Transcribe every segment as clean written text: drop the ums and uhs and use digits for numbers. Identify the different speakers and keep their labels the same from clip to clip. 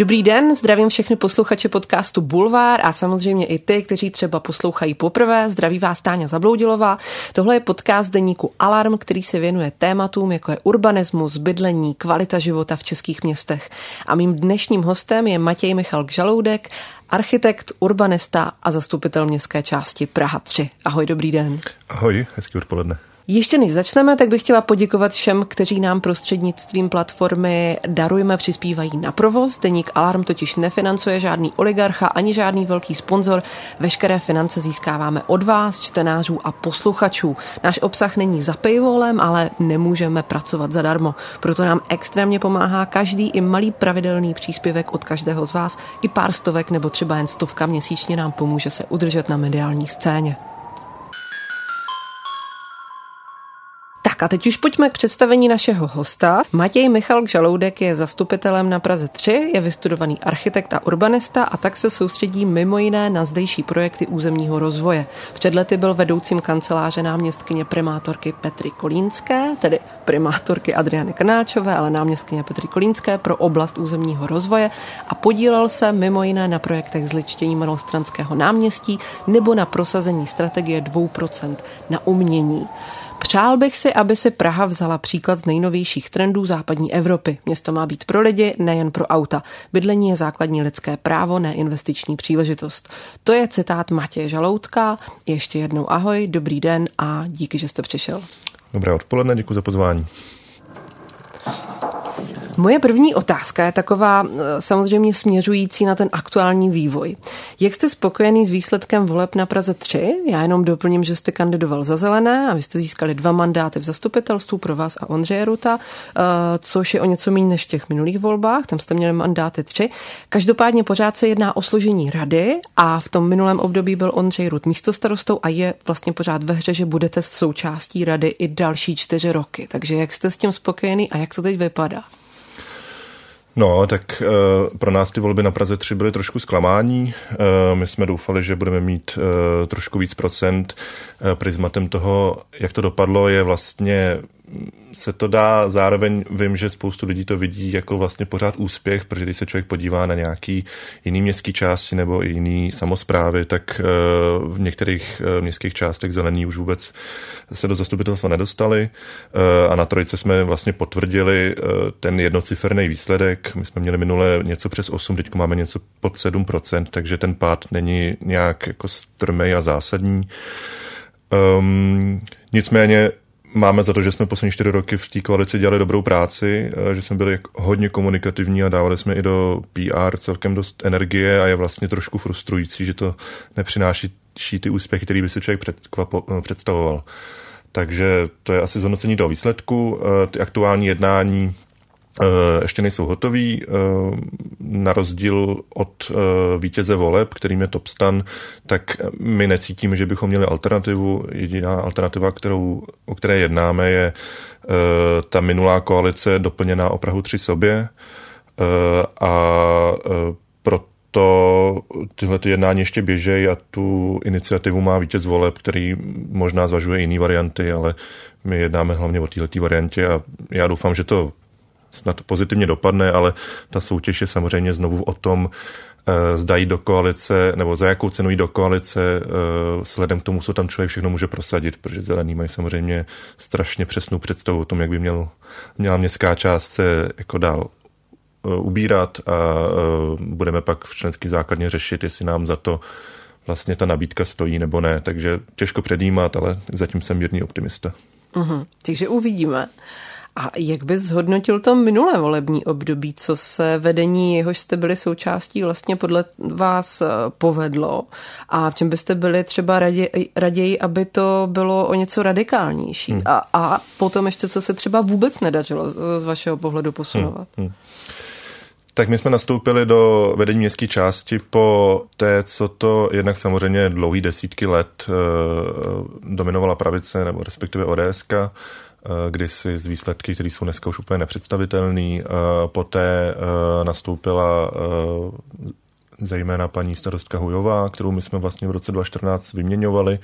Speaker 1: Dobrý den, zdravím všechny posluchače podcastu Bulvár a samozřejmě i ty, kteří třeba poslouchají poprvé. Zdraví vás Táňa Zabloudilová. Tohle je podcast deníku Alarm, který se věnuje tématům, jako je urbanismus, bydlení, kvalita života v českých městech. A mým dnešním hostem je Matěj Michal Žaloudek, architekt, urbanista a zastupitel městské části Praha 3. Ahoj, dobrý den.
Speaker 2: Ahoj, hezký odpoledne.
Speaker 1: Ještě než začneme, tak bych chtěla poděkovat všem, kteří nám prostřednictvím platformy Darujme přispívají na provoz. Deník Alarm totiž nefinancuje žádný oligarcha ani žádný velký sponzor. Veškeré finance získáváme od vás, čtenářů a posluchačů. Náš obsah není za paywallem, ale nemůžeme pracovat zadarmo. Proto nám extrémně pomáhá každý i malý pravidelný příspěvek od každého z vás. I pár stovek nebo třeba jen 100 měsíčně nám pomůže se udržet na mediální scéně. Tak a teď už pojďme k představení našeho hosta. Matěj Michal Žaloudek je zastupitelem na Praze 3, je vystudovaný architekt a urbanista a tak se soustředí mimo jiné na zdejší projekty územního rozvoje. Před lety byl vedoucím kanceláře náměstkyně primátorky Petry Kolínské, tedy primátorky Adriany Krnáčové, ale náměstkyně Petry Kolínské pro oblast územního rozvoje a podílel se mimo jiné na projektech zličtění Malostranského náměstí nebo na prosazení strategie 2% na umění. Přál bych si, aby si Praha vzala příklad z nejnovějších trendů západní Evropy. Město má být pro lidi, nejen pro auta. Bydlení je základní lidské právo, ne investiční příležitost. To je citát Matěje Žaloudka. Ještě jednou ahoj, dobrý den a díky, že jste přišel.
Speaker 2: Dobré odpoledne, děkuji za pozvání.
Speaker 1: Moje první otázka je taková samozřejmě směřující na ten aktuální vývoj. Jak jste spokojený s výsledkem voleb na Praze 3? Já jenom doplním, že jste kandidoval za Zelené a vy jste získali 2 mandáty v zastupitelstvu pro vás a Ondřeje Ruta, což je o něco méně než v těch minulých volbách, tam jste měli mandáty 3. Každopádně pořád se jedná o složení rady a v tom minulém období byl Ondřej Rut místostarostou a je vlastně pořád ve hře, že budete součástí rady i další 4 roky. Takže jak jste s tím spokojený a jak to teď vypadá?
Speaker 2: No, tak pro nás ty volby na Praze 3 byly trošku zklamání. My jsme doufali, že budeme mít trošku víc procent. Prismatem toho, jak to dopadlo, je vlastně se to dá, zároveň vím, že spoustu lidí to vidí jako vlastně pořád úspěch, protože když se člověk podívá na nějaký jiný městský části nebo i jiný samosprávy, tak v některých městských částech zelení už vůbec se do zastupitelstva nedostali a na Trojce jsme vlastně potvrdili ten jednociferný výsledek. My jsme měli minule něco přes 8, teď máme něco pod 7%, takže ten pád není nějak jako strmej a zásadní. Nicméně máme za to, že jsme poslední 4 roky v té koalici dělali dobrou práci, že jsme byli hodně komunikativní a dávali jsme i do PR celkem dost energie a je vlastně trošku frustrující, že to nepřináší ty úspěchy, který by si člověk představoval. Takže to je asi zhodnocení toho výsledku. Ty aktuální jednání ještě nejsou hotový. Na rozdíl od vítěze voleb, kterým je Topstan, tak my necítíme, že bychom měli alternativu. Jediná alternativa, o které jednáme, je ta minulá koalice doplněná o Prahu 3 sobě a proto tyhle jednání ještě běžejí a tu iniciativu má vítěz voleb, který možná zvažuje jiný varianty, ale my jednáme hlavně o této variantě a já doufám, že to snad pozitivně dopadne, ale ta soutěž je samozřejmě znovu o tom, zda jít do koalice, nebo za jakou cenu jít do koalice, vzhledem k tomu, co tam člověk všechno může prosadit, protože zelení mají samozřejmě strašně přesnou představu o tom, jak by měla městská část se jako dál ubírat a budeme pak v členský základně řešit, jestli nám za to vlastně ta nabídka stojí nebo ne. Takže těžko předjímat, ale zatím jsem mírný optimista.
Speaker 1: Takže uvidíme. A jak bys zhodnotil to minulé volební období, co se vedení, jehož jste byli součástí, vlastně podle vás povedlo a v čem byste byli třeba raději, aby to bylo o něco radikálnější a potom ještě, co se třeba vůbec nedařilo z vašeho pohledu posunovat?
Speaker 2: Tak my jsme nastoupili do vedení městské části po té, co to jednak samozřejmě dlouhý desítky let dominovala pravice, nebo respektive ODSka, kdysi z výsledky, které jsou dneska už úplně nepředstavitelný. Poté nastoupila zejména paní starostka Hujová, kterou my jsme vlastně v roce 2014 vyměňovali,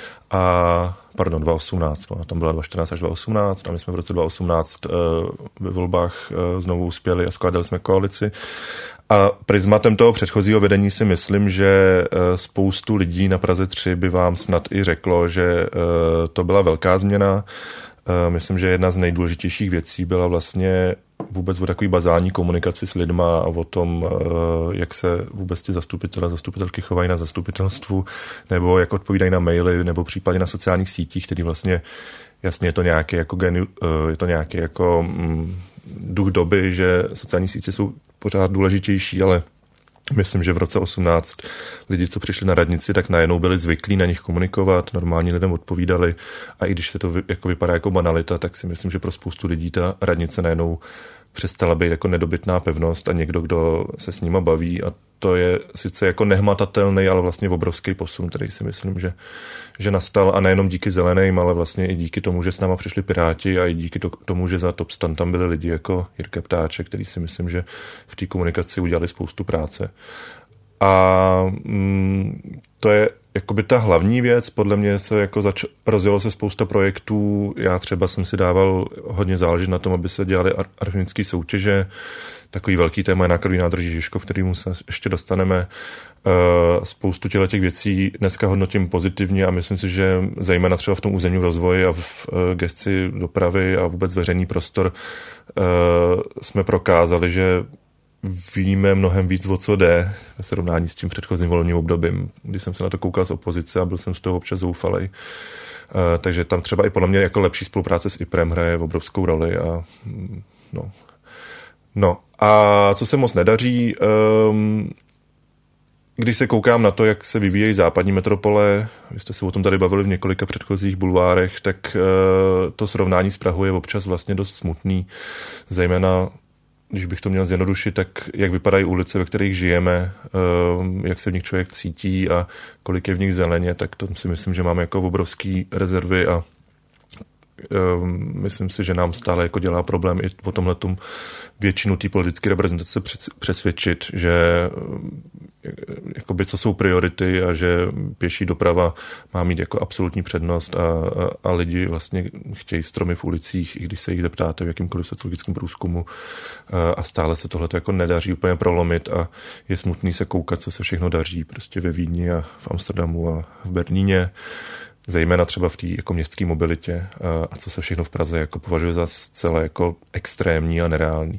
Speaker 2: 2018, no, tam byla 2014 až 2018 a my jsme v roce 2018 ve volbách znovu uspěli a skládali jsme koalici. A prismatem toho předchozího vedení si myslím, že spoustu lidí na Praze 3 by vám snad i řeklo, že to byla velká změna. Myslím, že jedna z nejdůležitějších věcí byla vlastně vůbec o takový bazální komunikaci s lidma a o tom, jak se vůbec ti zastupitelé, zastupitelky chovají na zastupitelstvu, nebo jak odpovídají na maily, nebo případně na sociálních sítích, který vlastně jasně je to nějaký jako duch doby, že sociální sítě jsou pořád důležitější, ale myslím, že v roce 18 lidi, co přišli na radnici, tak najednou byli zvyklí na nich komunikovat, normálně lidem odpovídali a i když se to jako vypadá jako banalita, tak si myslím, že pro spoustu lidí ta radnice najednou přestala být jako nedobytná pevnost a někdo, kdo se s nima baví a to je sice jako nehmatatelný, ale vlastně obrovský posun, který si myslím, že nastal a nejenom díky Zeleným, ale vlastně i díky tomu, že s náma přišli Piráti a i díky tomu, že za Top Stan tam byli lidi jako Jirka Ptáček, který si myslím, že v té komunikaci udělali spoustu práce. A to je jakoby ta hlavní věc, podle mě se jako rozjelo se spousta projektů, já třeba jsem si dával hodně záležet na tom, aby se dělaly architektonické soutěže, takový velký téma je nákladový nádrží Žižkov, kterýmu se ještě dostaneme. Spoustu těch věcí dneska hodnotím pozitivně a myslím si, že zejména třeba v tom územním rozvoji a v gesci dopravy a vůbec veřejný prostor jsme prokázali, že víme mnohem víc, o co jde ve srovnání s tím předchozím volebním obdobím, když jsem se na to koukal z opozice a byl jsem z toho občas zoufalej. Takže tam třeba i podle mě jako lepší spolupráce s IPRem hraje obrovskou roli. No a co se moc nedaří, když se koukám na to, jak se vyvíjejí západní metropole, vy jste se o tom tady bavili v několika předchozích bulvárech, tak to srovnání s Prahou je občas vlastně dost smutný, zejména když bych to měl zjednodušit, tak jak vypadají ulice, ve kterých žijeme, jak se v nich člověk cítí a kolik je v nich zeleně, tak to si myslím, že máme jako obrovský rezervy a myslím si, že nám stále jako dělá problém i o tomhletom většinu té politické reprezentace přesvědčit, že jakoby co jsou priority a že pěší doprava má mít jako absolutní přednost a lidi vlastně chtějí stromy v ulicích, i když se jich zeptáte v jakýmkoliv sociologickém průzkumu a stále se tohleto jako nedaří úplně prolomit a je smutný se koukat, co se všechno daří prostě ve Vídni a v Amsterdamu a v Berlíně, zejména třeba v té jako městské mobilitě a co se všechno v Praze jako považuje za zcela jako extrémní a nereálný.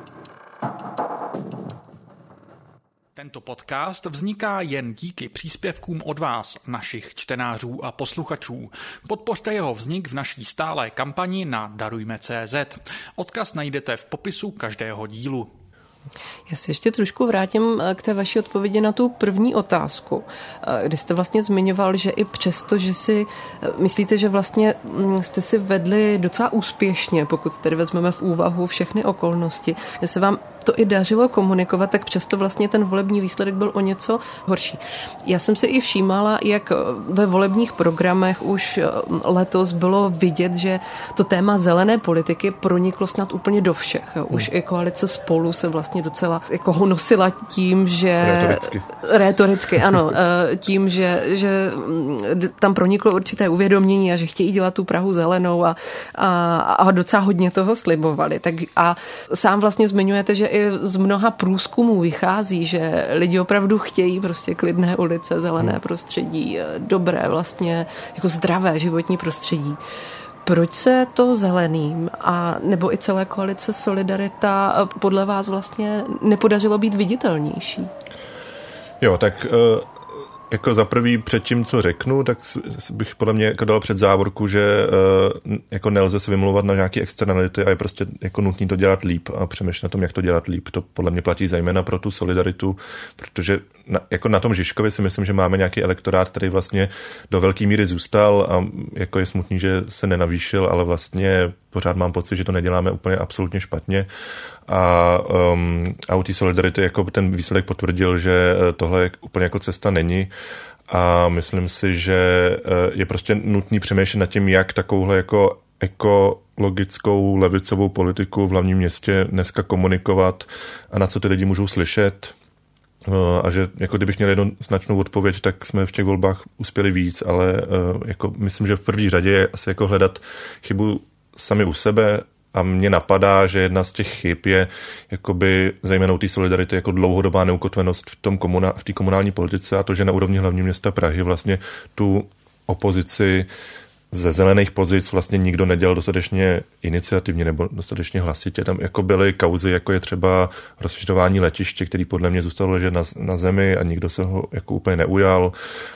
Speaker 3: Tento podcast vzniká jen díky příspěvkům od vás, našich čtenářů a posluchačů. Podpořte jeho vznik v naší stálé kampani na darujme.cz. Odkaz najdete v popisu každého dílu.
Speaker 1: Já se ještě trošku vrátím k té vaší odpovědi na tu první otázku, kdy jste vlastně zmiňoval, že i přesto, že si myslíte, že vlastně jste si vedli docela úspěšně, pokud tedy vezmeme v úvahu všechny okolnosti, že se vám to i dařilo komunikovat, tak přesto vlastně ten volební výsledek byl o něco horší. Já jsem si i všímala, jak ve volebních programech už letos bylo vidět, že to téma zelené politiky proniklo snad úplně do všech. Už i koalice Spolu se vlastně docela jako honosila tím, že... Rétoricky, ano. Tím, že tam proniklo určité uvědomění a že chtějí dělat tu Prahu zelenou a docela hodně toho slibovali. Tak a sám vlastně zmiňujete, že i z mnoha průzkumů vychází, že lidi opravdu chtějí prostě klidné ulice, zelené prostředí, dobré vlastně jako zdravé životní prostředí. Proč se to Zeleným a nebo i celé koalice Solidarita podle vás vlastně nepodařilo být viditelnější?
Speaker 2: Jo, tak jako za prvý před tím, co řeknu, tak bych podle mě jako dal před závorku, že jako nelze se vymlouvat na nějaké externality a je prostě jako nutné to dělat líp a přemýšlet na tom, jak to dělat líp. To podle mě platí zejména pro tu Solidaritu, protože jako na tom Žižkově si myslím, že máme nějaký elektorát, který vlastně do velké míry zůstal a jako je smutný, že se nenavýšil, ale vlastně pořád mám pocit, že to neděláme úplně absolutně špatně. A u té Solidarity jako ten výsledek potvrdil, že tohle úplně jako cesta není. A myslím si, že je prostě nutný přemýšlet nad tím, jak takovouhle jako ekologickou levicovou politiku v hlavním městě dneska komunikovat a na co ty lidi můžou slyšet. a že jako kdybych měl jednoznačnou odpověď, tak jsme v těch volbách uspěli víc, ale jako myslím, že v první řadě je asi jako hledat chybu sami u sebe a mně napadá, že jedna z těch chyb je jakoby zejména u té solidarity jako dlouhodobá neukotvenost v té komunální politice a to, že na úrovni hlavního města Prahy vlastně tu opozici ze zelených pozic vlastně nikdo nedělal dostatečně iniciativně nebo dostatečně hlasitě. Tam jako byly kauzy, jako je třeba rozšiřování letiště, který podle mě zůstalo ležet na zemi a nikdo se ho jako úplně neujal.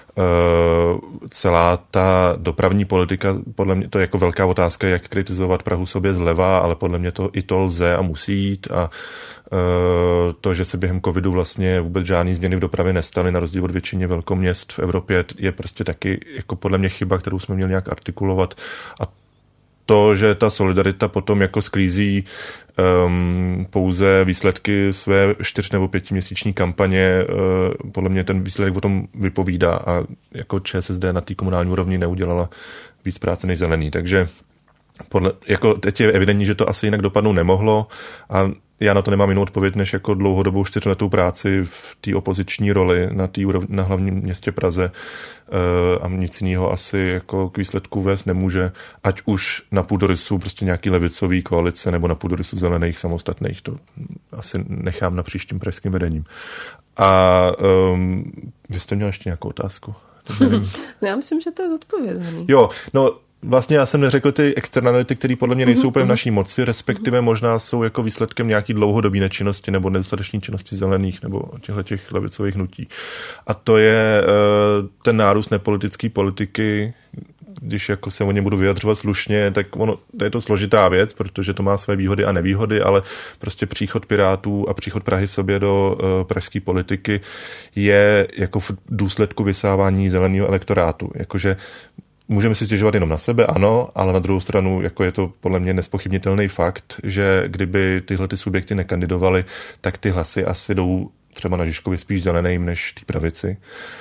Speaker 2: Celá ta dopravní politika, podle mě to je jako velká otázka, jak kritizovat Prahu sobě zleva, ale podle mě to lze a musí jít a to, že se během covidu vlastně vůbec žádný změny v dopravě nestaly, na rozdíl od většině velkoměst v Evropě, je prostě taky jako podle mě chyba, kterou jsme měli nějak artikulovat. A to, že ta solidarita potom jako sklízí pouze výsledky své 4 nebo 5 měsíční kampaně, podle mě ten výsledek o tom vypovídá a jako ČSSD na té komunální úrovni neudělala víc práce než Zelený. Takže jako teď je evidentní, že to asi jinak dopadnout nemohlo a já na to nemám jinou odpověď, než jako dlouhodobou 4letou práci v té opoziční roli na hlavním městě Praze a nic jiného asi jako k výsledku vést nemůže, ať už na půdorysu prostě nějaký levicový koalice nebo na půdorysu zelených samostatných, to asi nechám na příštím pražským vedením. A vy jste měl ještě nějakou otázku?
Speaker 1: Já myslím, že to je zodpovězený.
Speaker 2: Jo, no vlastně já jsem neřekl ty externality, které podle mě nejsou úplně v naší moci, respektive možná jsou jako výsledkem nějaký dlouhodobý nečinnosti nebo nedostatečné činnosti zelených nebo těch levicových hnutí. A to je ten nárůst nepolitické politiky, když jako se o ně budu vyjadřovat slušně, tak to je to složitá věc, protože to má své výhody a nevýhody, ale prostě příchod Pirátů a příchod Prahy sobě do pražské politiky je jako v důsledku vysávání zeleného elektorátu. Jakože můžeme si stěžovat jenom na sebe, ano, ale na druhou stranu jako je to podle mě nespochybnitelný fakt, že kdyby tyhle ty subjekty nekandidovaly, tak ty hlasy asi jdou třeba na Žižkově spíš zeleným než té pravici.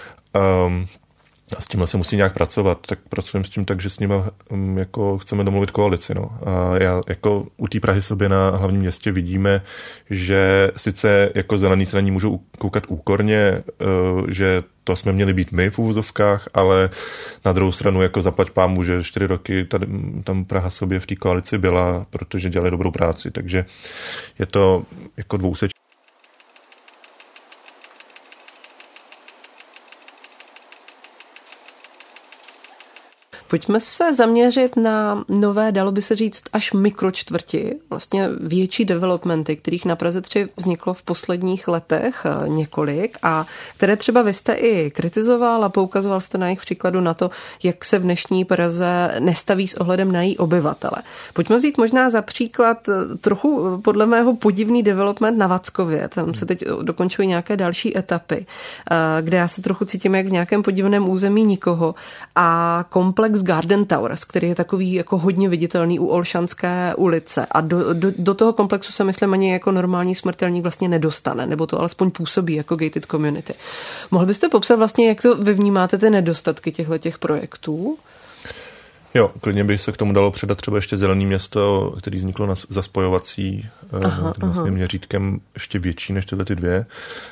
Speaker 2: A s tímhle se musí nějak pracovat, tak pracujeme s tím tak, že s nimi jako chceme domluvit koalici. No. A já jako u té Prahy sobě na hlavním městě vidíme, že sice jako zelený se na ní můžou koukat úkorně, že to jsme měli být my v úvozovkách, ale na druhou stranu jako zaplať pámu, že 4 roky tam Praha sobě v té koalici byla, protože dělali dobrou práci, takže je to jako dvousečné.
Speaker 1: Pojďme se zaměřit na nové, dalo by se říct, až mikročtvrti, vlastně větší developmenty, kterých na Praze 3 vzniklo v posledních letech několik a které třeba vy jste i kritizoval a poukazoval jste na jejich příkladu na to, jak se v dnešní Praze nestaví s ohledem na její obyvatele. Pojďme vzít možná za příklad trochu podle mého podivný development na Vackově. Tam se teď dokončují nějaké další etapy, kde já se trochu cítím jak v nějakém podivném území nikoho a komplex Garden Towers, který je takový jako hodně viditelný u Olšanské ulice a do toho komplexu se myslím ani jako normální smrtelník vlastně nedostane, nebo to alespoň působí jako gated community. Mohl byste popsat vlastně, jak to vy vnímáte ty nedostatky těchto projektů?
Speaker 2: Jo, klidně by se k tomu dalo přidat třeba ještě Zelený město, který vzniklo na zaspojovací vlastně měřítkem ještě větší než tyhle ty dvě.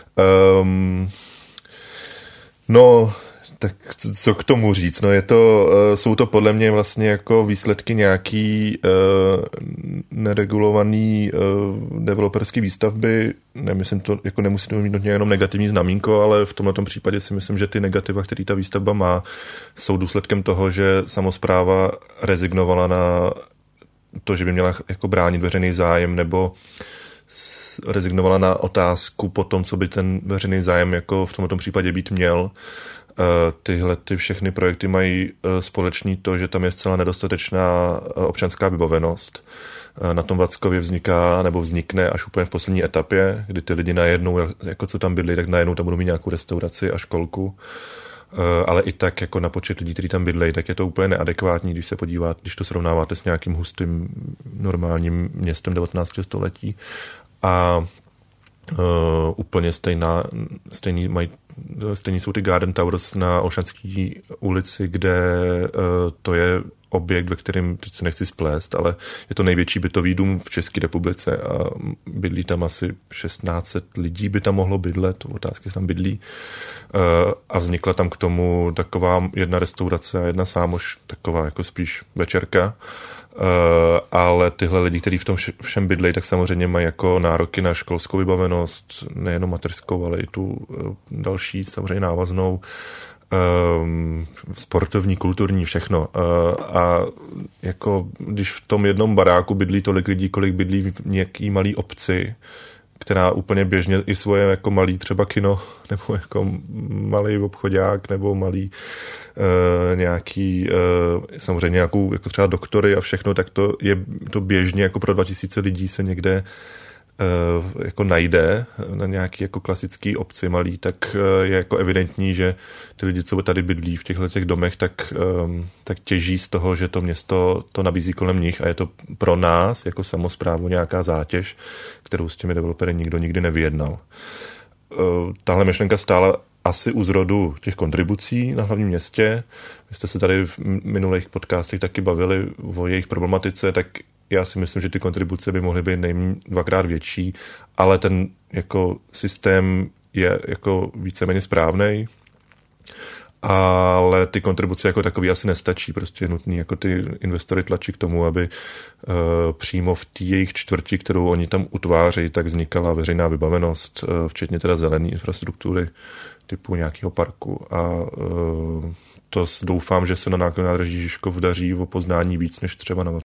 Speaker 2: No, tak co k tomu říct? No jsou to podle mě vlastně jako výsledky nějaký neregulovaný developerský výstavby. Nemyslím to, jako nemusí to mít nutně jenom negativní znamínko, ale v tomto případě si myslím, že ty negativa, který ta výstavba má, jsou důsledkem toho, že samospráva rezignovala na to, že by měla jako bránit veřejný zájem, nebo rezignovala na otázku po tom, co by ten veřejný zájem jako v tomto případě být měl. Tyhle všechny projekty mají společný to, že tam je zcela nedostatečná občanská vybavenost. Na tom Vackově vznikne až úplně v poslední etapě, kdy ty lidi najednou, jako co tam bydlí, tak najednou tam budou mít nějakou restauraci a školku. Ale i tak jako na počet lidí, kteří tam bydlejí, tak je to úplně neadekvátní, když to srovnáváte s nějakým hustým normálním městem 19. století. A úplně stejný jsou ty Garden Towers na Olšanské ulici, kde to je objekt, ve kterém, teď se nechci splést, ale je to největší bytový dům v České republice a bydlí tam asi 1600 lidí by tam mohlo bydlet, otázky se tam bydlí. A vznikla tam k tomu taková jedna restaurace a jedna sámoš, taková jako spíš večerka. Ale tyhle lidi, kteří v tom všem bydlejí, tak samozřejmě mají jako nároky na školskou vybavenost, nejenom mateřskou, ale i tu další, samozřejmě návaznou, sportovní, kulturní, všechno. A jako když v tom jednom baráku bydlí tolik lidí, kolik bydlí v nějaký malý obci, která úplně běžně i svoje jako malý třeba kino, nebo jako malý obchodák, nebo malý nějaký, samozřejmě nějakou jako třeba doktory a všechno, tak to je to běžně jako pro 2000 lidí se někde jako najde na nějaký jako klasický obci malý, tak je jako evidentní, že ty lidi, co tady bydlí v těchto těch domech, tak těží z toho, že to město to nabízí kolem nich a je to pro nás jako samosprávu nějaká zátěž, kterou s těmi developery nikdo nikdy nevyjednal. Tahle myšlenka stála asi u zrodu těch kontribucí na hlavním městě. Vy jste se tady v minulých podcastech taky bavili o jejich problematice, tak já si myslím, že ty kontribuce by mohly být nejméně 2x větší, ale ten jako systém je jako víceméně správnej. Ale ty kontribuce jako takový asi nestačí, prostě je nutný jako ty investory tlačí k tomu, aby přímo v té jejich čtvrti, kterou oni tam utvářejí, tak vznikala veřejná vybavenost, včetně teda zelené infrastruktury typu nějakého parku a to doufám, že se na nádraží Žižkov daří o poznání víc než třeba na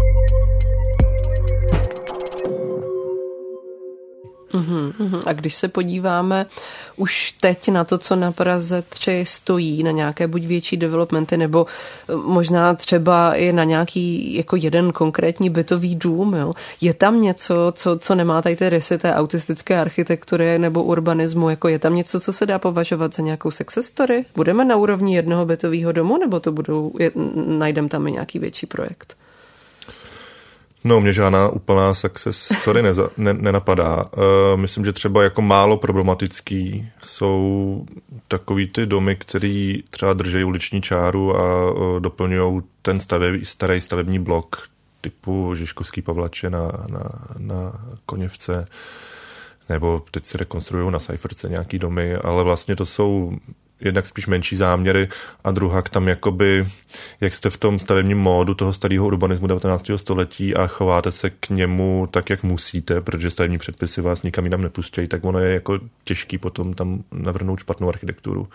Speaker 1: A když se podíváme už teď na to, co na Praze 3 stojí, na nějaké buď větší developmenty, nebo možná třeba i na nějaký jako jeden konkrétní bytový dům, jo? Je tam něco, co nemá tady ty rysy té autistické architektury nebo urbanismu, jako je tam něco, co se dá považovat za nějakou success story? Budeme na úrovni jednoho bytového domu, nebo to najdeme tam i nějaký větší projekt?
Speaker 2: No, mě žádná úplná success story nenapadá. Myslím, že třeba jako málo problematický jsou takový ty domy, který třeba drží uliční čáru a doplňují ten starý stavební blok typu Žižkovský Pavlače na Koněvce, nebo teď se rekonstruují na Seifertce nějaký domy, ale vlastně to jsou jednak spíš menší záměry a druhak tam jakoby, jak jste v tom stavebním módu toho starého urbanismu 19. století a chováte se k němu tak, jak musíte, protože stavební předpisy vás nikam jinam nepustějí, tak ono je jako těžký potom tam navrhnout špatnou architekturu.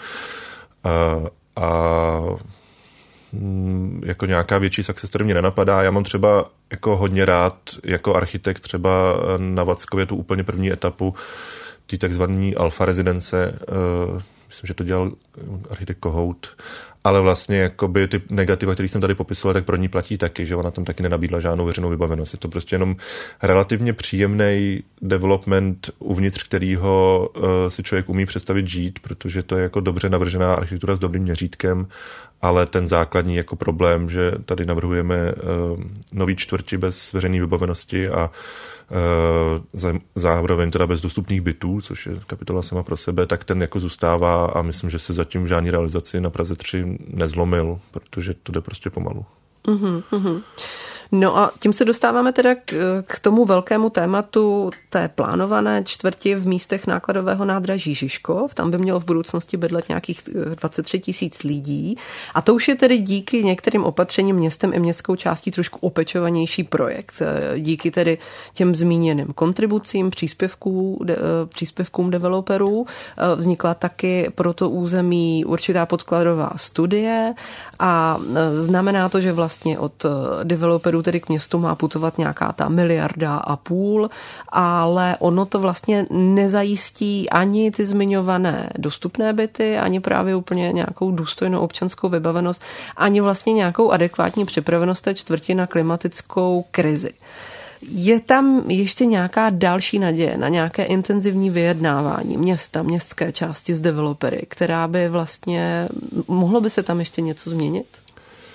Speaker 2: A jako nějaká větší success story mě nenapadá. Já mám třeba jako hodně rád jako architekt třeba na Vackově tu úplně první etapu té takzvané alfa rezidence, myslím, že to dělal architekt Kohout, ale vlastně jakoby ty negativa, které jsem tady popisoval, tak pro ní platí taky, že ona tam taky nenabídla žádnou veřejnou vybavenost. Je to prostě jenom relativně příjemný development, uvnitř kterého si člověk umí představit žít, protože to je jako dobře navržená architektura s dobrým měřítkem, ale ten základní jako problém, že tady navrhujeme nový čtvrti bez veřejné vybavenosti a zároveň teda bez dostupných bytů, což je kapitola sama pro sebe, tak ten jako zůstává a myslím, že se zatím v žádný realizaci na Praze 3 nezlomil, protože to jde prostě pomalu.
Speaker 1: No a tím se dostáváme teda k tomu velkému tématu té plánované čtvrti v místech nákladového nádraží Žižkov. Tam by mělo v budoucnosti bydlet nějakých 23 000 lidí. A to už je tedy díky některým opatřením městem i městskou částí trošku opečovanější projekt. Díky tedy těm zmíněným kontribucím, příspěvkům developerů vznikla taky pro to území určitá podkladová studie a znamená to, že vlastně od developerů tedy k městu má putovat nějaká ta 1,5 miliardy, ale ono to vlastně nezajistí ani ty zmiňované dostupné byty, ani právě úplně nějakou důstojnou občanskou vybavenost, ani vlastně nějakou adekvátní připravenost té čtvrti na klimatickou krizi. Je tam ještě nějaká další naděje na nějaké intenzivní vyjednávání města, městské části s developery, která by vlastně, mohlo by se tam ještě něco změnit?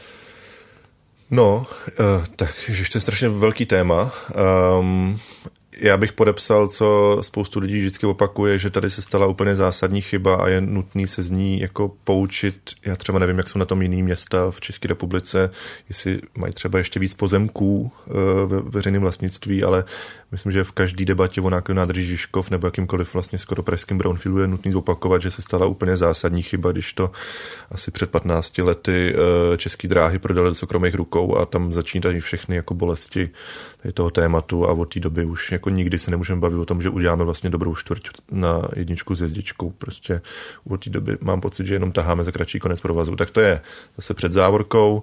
Speaker 2: No, takže to je strašně velký téma. já bych podepsal, co spoustu lidí vždycky opakuje, že tady se stala úplně zásadní chyba a je nutný se z ní jako poučit. Já třeba nevím, jak jsou na tom jiný města v České republice, jestli mají třeba ještě víc pozemků ve veřejném vlastnictví, ale myslím, že v každé debatě o nákladní nádrži Žižkov nebo jakýmkoliv vlastně skoro pražským brownfieldu je nutný zopakovat, že se stala úplně zásadní chyba, když to asi před 15 lety České dráhy prodaly do soukromých rukou a tam začínají všechny jako bolesti toho tématu a od té doby už jako nikdy se nemůžeme bavit o tom, že uděláme vlastně dobrou čtvrť na jedničku s jezdičkou. Prostě od té doby mám pocit, že jenom taháme za kratší konec provazu. Tak to je zase před závorkou.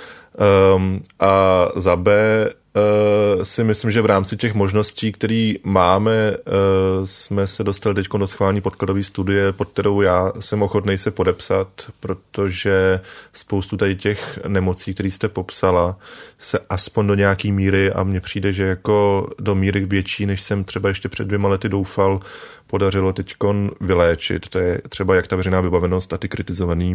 Speaker 2: A za B si myslím, že v rámci těch možností, které máme, jsme se dostali teď do schválení podkladové studie, pod kterou já jsem ochotnej se podepsat, protože spoustu tady těch nemocí, které jste popsala, se aspoň do nějaký míry, a mně přijde, že jako do míry větší, než jsem třeba ještě před 2 lety doufal, podařilo teďkon vyléčit. To je třeba jak ta veřejná vybavenost a ty kritizovaný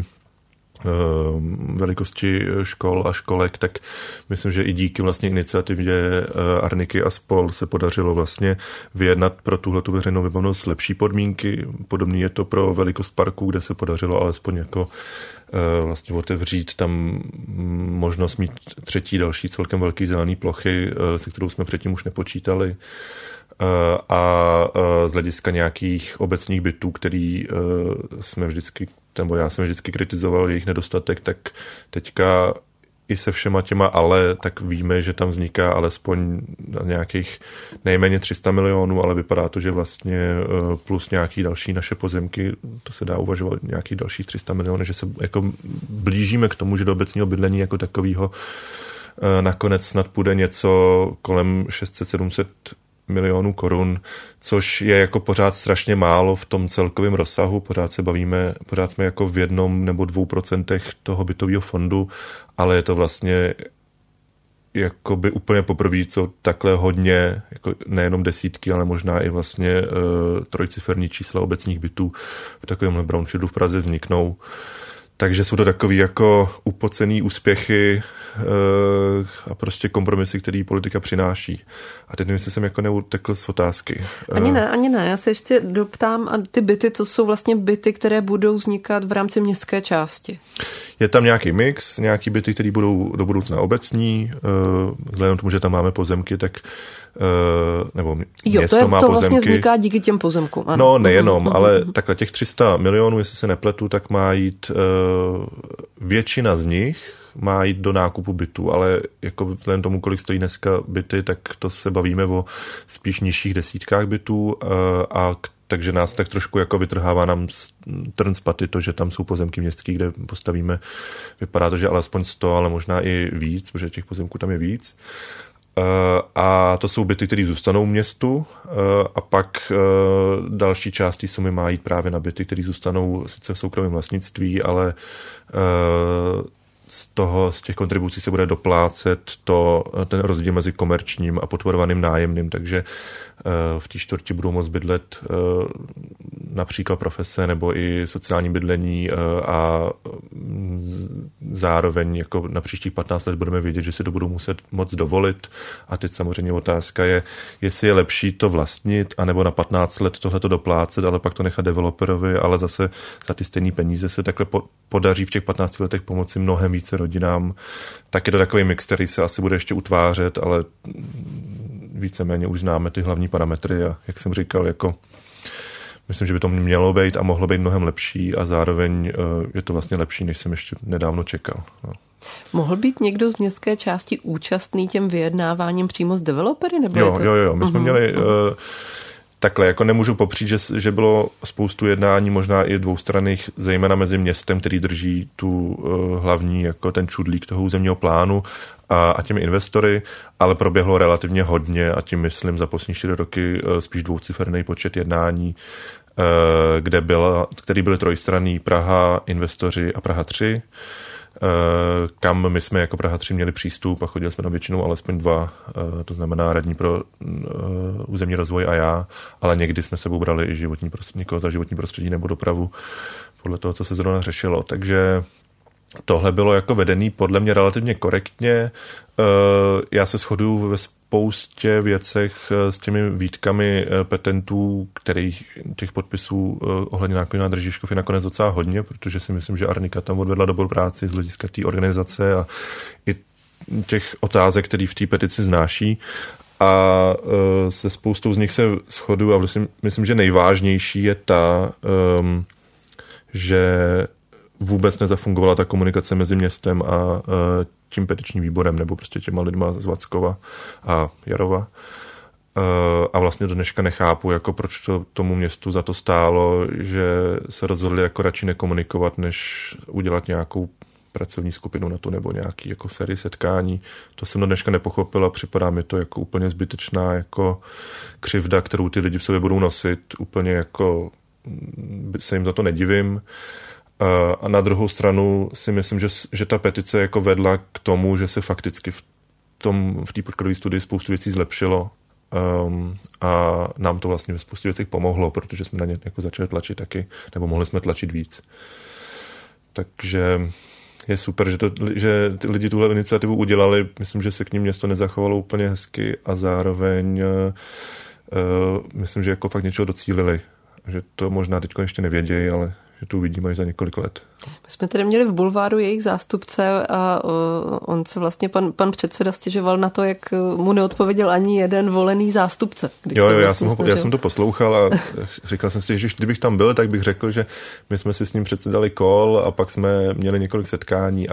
Speaker 2: velikosti škol a školek, tak myslím, že i díky vlastně iniciativě Arniky a spol se podařilo vlastně vyjednat pro tuhletu veřejnou vybavenost lepší podmínky. Podobně je to pro velikost parků, kde se podařilo alespoň jako vlastně otevřít tam možnost mít třetí další celkem velký zelený plochy, se kterou jsme předtím už nepočítali. A z hlediska nějakých obecních bytů, který jsme vždycky, nebo já jsem vždycky kritizoval jejich nedostatek, tak teďka i se všema těma ale, tak víme, že tam vzniká alespoň nějakých nejméně 300 milionů, ale vypadá to, že vlastně plus nějaký další naše pozemky, to se dá uvažovat nějakých dalších 300 milionů, že se jako blížíme k tomu, že do obecního bydlení jako takového nakonec snad půjde něco kolem 600-700 milionů korun, což je jako pořád strašně málo v tom celkovém rozsahu. Pořád jsme jako v 1 nebo 2% toho bytového fondu, ale je to vlastně jakoby úplně poprvé, co takhle hodně, jako nejenom desítky, ale možná i vlastně trojciferní čísla obecních bytů v takovémhle brownfieldu v Praze vzniknou. Takže jsou to takový jako upocený úspěchy a prostě kompromisy, který politika přináší. A teď nevím, jestli jsem jako neutekl z otázky.
Speaker 1: Ani ne. Já se ještě doptám, a ty byty, to jsou vlastně byty, které budou vznikat v rámci městské části.
Speaker 2: Je tam nějaký mix, nějaký byty, které budou do budoucna obecní, vzhledem k tomu, že tam máme pozemky, tak nebo město má
Speaker 1: to
Speaker 2: pozemky.
Speaker 1: Vlastně vzniká díky těm pozemkům. Ano.
Speaker 2: No nejenom, ale takhle těch 300 milionů, jestli se nepletu, tak má jít většina z nich má jít do nákupu bytu, ale jako vzhledem tomu, kolik stojí dneska byty, tak to se bavíme o spíš nižších desítkách bytů takže nás tak trošku jako vytrhává nám trn z paty to, že tam jsou pozemky městský, kde postavíme, vypadá to, že alespoň 100, ale možná i víc, protože těch pozemků tam je víc. A to jsou byty, které zůstanou městu a pak další části sumy má jít právě na byty, které zůstanou sice v soukromém vlastnictví, ale z těch kontribucí se bude doplácet ten rozdíl mezi komerčním a podporovaným nájemným, takže v té čtvrti budou moct bydlet například profese nebo i sociální bydlení a zároveň jako na příštích 15 let budeme vědět, že si to budou muset moc dovolit. A teď samozřejmě otázka je, jestli je lepší to vlastnit, anebo na 15 let tohleto doplácet, ale pak to nechat developerovi, ale zase za ty stejné peníze se takhle podaří v těch 15 letech pomoci mnohem více rodinám. Tak je to takový mix, který se asi bude ještě utvářet, ale víceméně už známe ty hlavní parametry a jak jsem říkal, jako myslím, že by to mělo být a mohlo být mnohem lepší a zároveň je to vlastně lepší, než jsem ještě nedávno čekal. No.
Speaker 1: Mohl být někdo z městské části účastný těm vyjednáváním přímo s developery? Nebo
Speaker 2: Jo. My jsme měli takhle, jako nemůžu popřít, že bylo spoustu jednání, možná i dvoustranných, zejména mezi městem, který drží tu hlavní, jako ten čudlík toho územního plánu a těmi investory, ale proběhlo relativně hodně a tím myslím za poslední 4 roky spíš dvouciferný počet jednání, který byly trojstranný Praha, investoři a Praha 3, kam my jsme jako Praha 3 měli přístup a chodili jsme tam většinou alespoň 2, to znamená radní pro územní rozvoj a já, ale někdy jsme sebou brali i někoho za životní prostředí nebo dopravu podle toho, co se zrovna řešilo. Takže tohle bylo jako vedený podle mě relativně korektně. Já se shoduju spoustě věcech s těmi výtkami petentů, kterých těch podpisů ohledně nákladu na Držiškov je nakonec docela hodně, protože si myslím, že Arnika tam odvedla dobrou práci z hlediska té organizace a i těch otázek, které v té petici znáší. A se spoustou z nich se shoduju a myslím, že nejvážnější je ta, že vůbec nezafungovala ta komunikace mezi městem a tím petičním výborem, nebo prostě těma lidma z Vackova a Jarova. A vlastně do dneška nechápu, jako proč to tomu městu za to stálo, že se rozhodli jako radši nekomunikovat, než udělat nějakou pracovní skupinu na to, nebo nějaký jako sérii setkání. To jsem do dneška nepochopil a připadá mi to jako úplně zbytečná jako křivda, kterou ty lidi v sobě budou nosit. Úplně jako se jim za to nedivím. A na druhou stranu si myslím, že ta petice jako vedla k tomu, že se fakticky v té podkladové studii spoustu věcí zlepšilo a nám to vlastně ve spoustě věcech pomohlo, protože jsme na ně jako začali tlačit taky, nebo mohli jsme tlačit víc. Takže je super, že ty lidi tuhle iniciativu udělali. Myslím, že se k ním město nezachovalo úplně hezky a zároveň myslím, že jako fakt něčeho docílili. Že to možná teď ještě nevědějí, ale že to uvidíme až za několik let.
Speaker 1: My jsme tedy měli v Bulváru jejich zástupce a on se vlastně pan předseda stěžoval na to, jak mu neodpověděl ani jeden volený zástupce.
Speaker 2: Já jsem to poslouchal a říkal jsem si, že kdybych tam byl, tak bych řekl, že my jsme si s ním předsedali call a pak jsme měli několik setkání,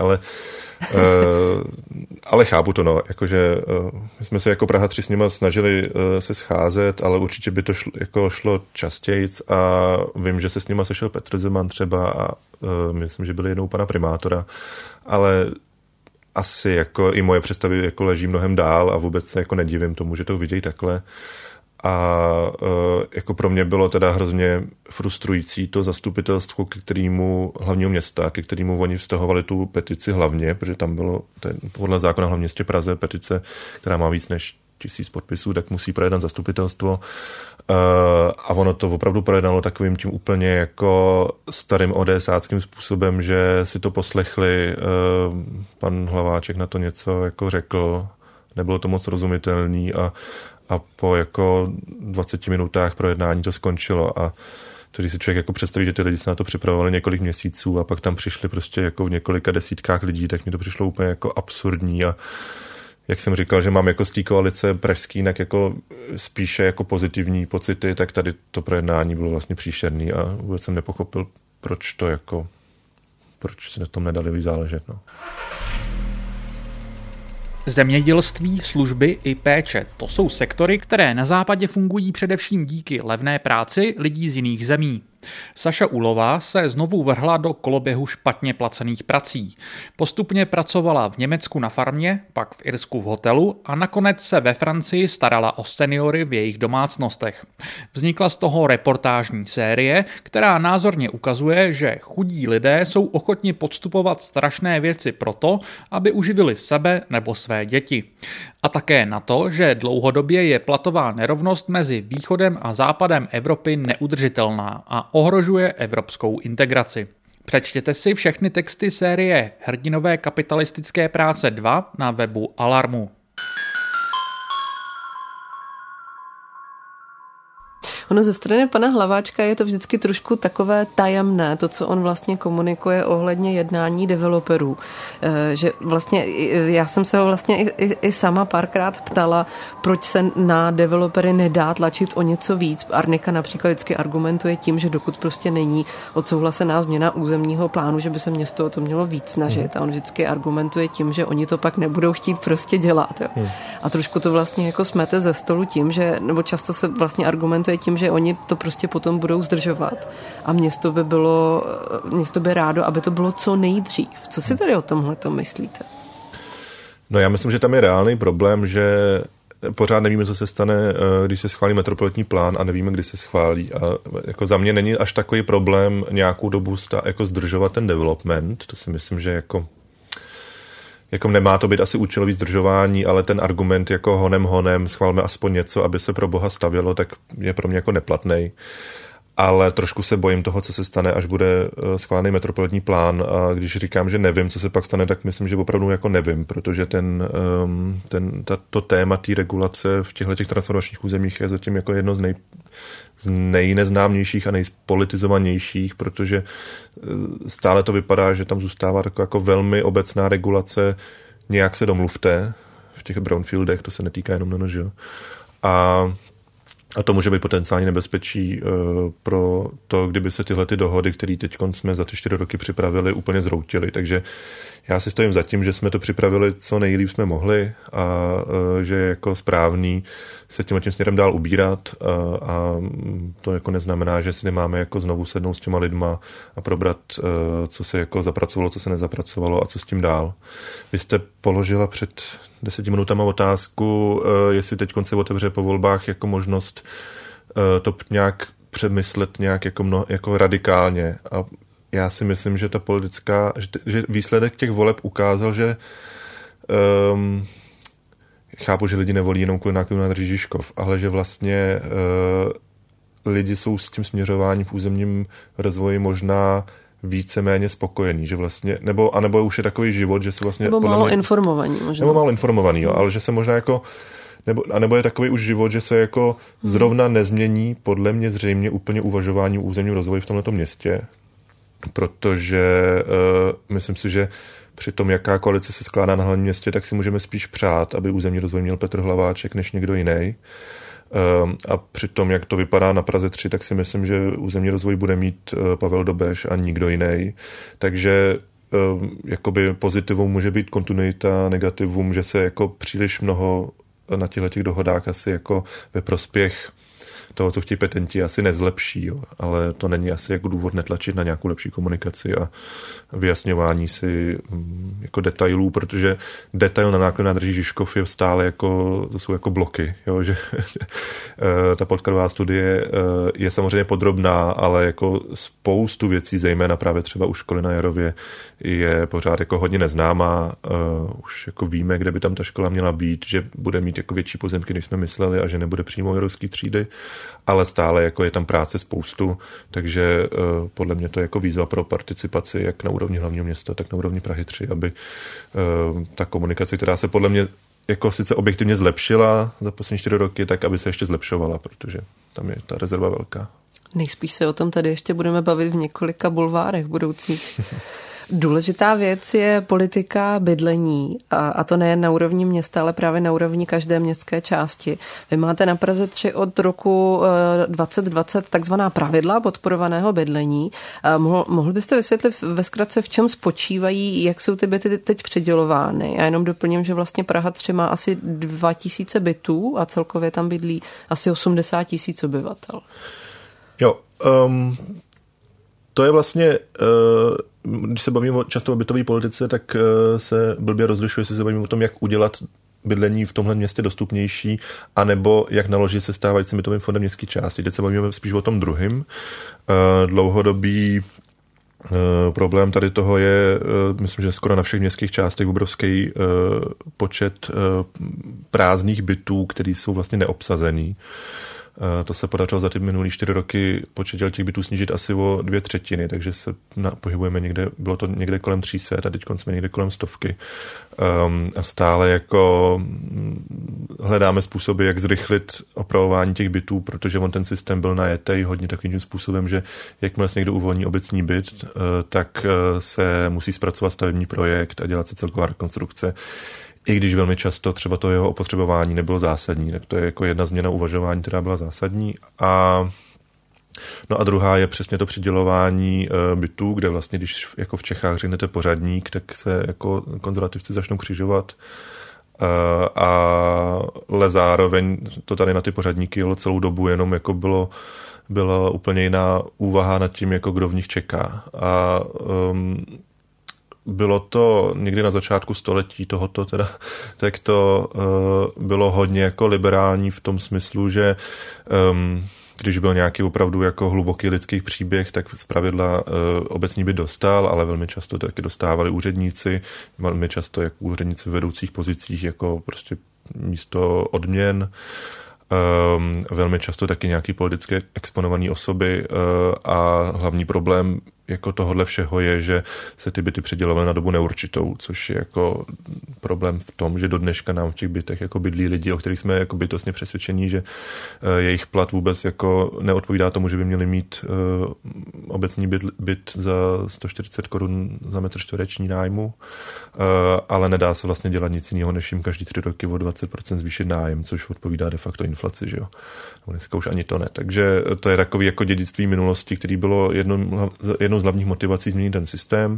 Speaker 2: ale chápu to, jakože my jsme se jako Praha 3 s nima snažili se scházet, ale určitě by to šlo častějc a vím, že se s nima sešel Petr Zeman třeba a myslím, že byli jednou pana primátora, ale asi jako i moje představy jako leží mnohem dál a vůbec se jako nedivím tomu, že to vidějí takhle. A jako pro mě bylo teda hrozně frustrující to zastupitelstvo, hlavního města, ke kterému oni vztahovali tu petici hlavně, protože tam bylo podle zákona hlavně městě Praze petice, která má víc než 1000 podpisů, tak musí projednat zastupitelstvo. A ono to opravdu projednalo takovým tím úplně jako starým odesáckým způsobem, že si to poslechli, pan Hlaváček na to něco jako řekl, nebylo to moc rozumitelný a po jako 20 minutách projednání to skončilo a to, když si člověk jako představí, že ty lidi se na to připravovali několik měsíců a pak tam přišli prostě jako v několika desítkách lidí, tak mi to přišlo úplně jako absurdní a jak jsem říkal, že mám jako z té koalice pražský jinak jako spíše jako pozitivní pocity, tak tady to projednání bylo vlastně příšerný a vůbec jsem nepochopil, proč si na tom nedali záležet. No.
Speaker 3: Zemědělství, služby i péče, to jsou sektory, které na západě fungují především díky levné práci lidí z jiných zemí. Saša Ulová se znovu vrhla do koloběhu špatně placených prací. Postupně pracovala v Německu na farmě, pak v Irsku v hotelu a nakonec se ve Francii starala o seniory v jejich domácnostech. Vznikla z toho reportážní série, která názorně ukazuje, že chudí lidé jsou ochotni podstupovat strašné věci proto, aby uživili sebe nebo své děti. A také na to, že dlouhodobě je platová nerovnost mezi východem a západem Evropy neudržitelná a ohrožuje evropskou integraci. Přečtěte si všechny texty série Hrdinové kapitalistické práce 2 na webu Alarmu.
Speaker 1: Ono ze strany pana Hlaváčka je to vždycky trošku takové tajemné, to, co on vlastně komunikuje ohledně jednání developerů. Že vlastně já jsem se ho vlastně i sama párkrát ptala, proč se na developery nedá tlačit o něco víc. Arnika například vždycky argumentuje tím, že dokud prostě není odsouhlasená změna územního plánu, že by se město o to mělo víc snažit. A on vždycky argumentuje tím, že oni to pak nebudou chtít prostě dělat. Jo. A trošku to vlastně jako smete ze stolu tím, že, nebo často se vlastně argumentuje tím, že oni to prostě potom budou zdržovat. A město by rádo, aby to bylo co nejdřív. Co si tady o tomhleto myslíte?
Speaker 2: No já myslím, že tam je reálný problém, že pořád nevíme, co se stane, když se schválí metropolitní plán a nevíme, kdy se schválí. A jako za mě není až takový problém nějakou dobu jako zdržovat ten development. To si myslím, že jako nemá to být asi účelový zdržování, ale ten argument jako honem, schválme aspoň něco, aby se pro boha stavělo, tak je pro mě jako neplatnej. ale trošku se bojím toho, co se stane, až bude schválený metropolitní plán, a když říkám, že nevím, co se pak stane, tak myslím, že opravdu jako nevím, protože to téma té regulace v těchto transformačních územích je zatím jako jedno z nejneznámějších a nejspolitizovanějších, protože stále to vypadá, že tam zůstává taková jako velmi obecná regulace, nějak se domluvte v těch brownfieldech, to se netýká jenom NNŽ. A to může být potenciálně nebezpečí pro to, kdyby se tyhle ty dohody, které teď jsme za ty 4 roky připravili, úplně zhroutily. Takže já si stojím za tím, že jsme to připravili co nejlíp jsme mohli a že je jako správný se tím směrem dál ubírat a to jako neznamená, že si nemáme jako znovu sednout s těma lidma a probrat, co se jako zapracovalo, co se nezapracovalo a co s tím dál. Vy jste položila před 10 minutama otázku, jestli teď se otevře po volbách jako možnost to nějak přemyslet nějak jako radikálně. A já si myslím, že ta politická, že výsledek těch voleb ukázal, že chápu, že lidi nevolí jenom kvůli nákladu na Jiří Žižkov, ale že vlastně lidi jsou s tím směřováním v územním rozvoji možná víceméně spokojení, že vlastně, nebo už je takový život, že se vlastně...
Speaker 1: Nebo málo informovaní možná.
Speaker 2: Nebo málo informovaný, jo, ale že se možná jako... Nebo je takový už život, že se jako zrovna nezmění, podle mě zřejmě úplně uvažování o územním rozvoji v tomhletom městě, protože myslím si, že při tom, jaká koalice se skládá na hlavním městě, tak si můžeme spíš přát, aby územní rozvoj měl Petr Hlaváček než někdo jiný. A při tom, jak to vypadá na Praze 3, tak si myslím, že územní rozvoj bude mít Pavel Dobeš a nikdo jiný. Takže jakoby pozitivum může být kontinuita, negativum, že se jako příliš mnoho na těch dohodách asi jako ve prospěch toho, co chtějí petenti, asi nezlepší, jo. Ale to není asi jako důvod netlačit na nějakou lepší komunikaci a vyjasňování si jako detailů, protože detail na náklad na Jiří Žižkov je stále jako, to jsou jako bloky, jo, že ta podkladová studie je samozřejmě podrobná, ale jako spoustu věcí, zejména právě třeba u školy na Jarově, je pořád jako hodně neznámá. Už jako víme, kde by tam ta škola měla být, že bude mít jako větší pozemky, než jsme mysleli a že nebude přímo jarovský třídy, ale stále jako je tam práce spoustu, takže podle mě to je jako výzva pro participaci jak na úrovni hlavního města, tak na úrovni Prahy 3, aby ta komunikace, která se podle mě jako sice objektivně zlepšila za poslední 4 roky, tak aby se ještě zlepšovala, protože tam je ta rezerva velká.
Speaker 1: Nejspíš se o tom tady ještě budeme bavit v několika bulvárech budoucích. Důležitá věc je politika bydlení a to nejen na úrovni města, ale právě na úrovni každé městské části. Vy máte na Praze 3 od roku 2020 takzvaná pravidla podporovaného bydlení. Mohl byste vysvětlit ve zkratce, v čem spočívají, jak jsou ty byty teď přidělovány? Já jenom doplním, že vlastně Praha 3 má asi 2000 bytů a celkově tam bydlí asi 80 000 obyvatel.
Speaker 2: Jo, to je vlastně... Když se bavíme často o bytové politice, tak se blbě rozlišuje, jestli se bavíme o tom, jak udělat bydlení v tomhle městě dostupnější, anebo jak naložit se stávajícím bytovým fondem městské části. Teď se bavíme spíš o tom druhým. Dlouhodobý problém tady toho je, myslím, že skoro na všech městských částech obrovský počet prázdných bytů, který jsou vlastně neobsazený. To se podařilo za ty minulý 4 roky počet těch bytů snížit asi o 2/3, takže se pohybujeme někde, bylo to někde kolem 300 a teď jsme někde kolem 100. A stále jako hledáme způsoby, jak zrychlit opravování těch bytů, protože on ten systém byl najetej hodně takovým způsobem, že jakmile se někdo uvolní obecní byt, tak se musí zpracovat stavební projekt a dělat se celková rekonstrukce. I když velmi často třeba to jeho opotřebování nebylo zásadní, tak to je jako jedna změna uvažování, která byla zásadní. No a druhá je přesně to přidělování bytů, kde vlastně, když jako v Čechách řeknete pořadník, tak se jako konzervativci začnou křižovat. Ale zároveň to tady na ty pořadníky jelo celou dobu, jenom jako byla úplně jiná úvaha nad tím, jako kdo v nich čeká. A bylo to někdy na začátku století tohoto, teda, tak to bylo hodně jako liberální v tom smyslu, že když byl nějaký opravdu jako hluboký lidský příběh, tak zpravidla obecní byt dostal, ale velmi často taky dostávali úředníci, velmi často jako úředníci v vedoucích pozicích jako prostě místo odměn. velmi často taky nějaký politicky exponované osoby a hlavní problém jako tohodle všeho je, že se ty byty předělovaly na dobu neurčitou, což je jako problém v tom, že do dneška nám v těch bytech jako bydlí lidi, o kterých jsme jako bytostně přesvědčení, že jejich plat vůbec jako neodpovídá tomu, že by měli mít obecní byt za 140 korun za metr čtvereční nájmu, ale nedá se vlastně dělat nic jiného, než jim každý 3 roky o 20% zvýšit nájem, což odpovídá de facto inflaci, že jo. Dneska už ani to ne. Takže to je takový jako dědictví minulosti, který bylo jednou z hlavních motivací změnit ten systém.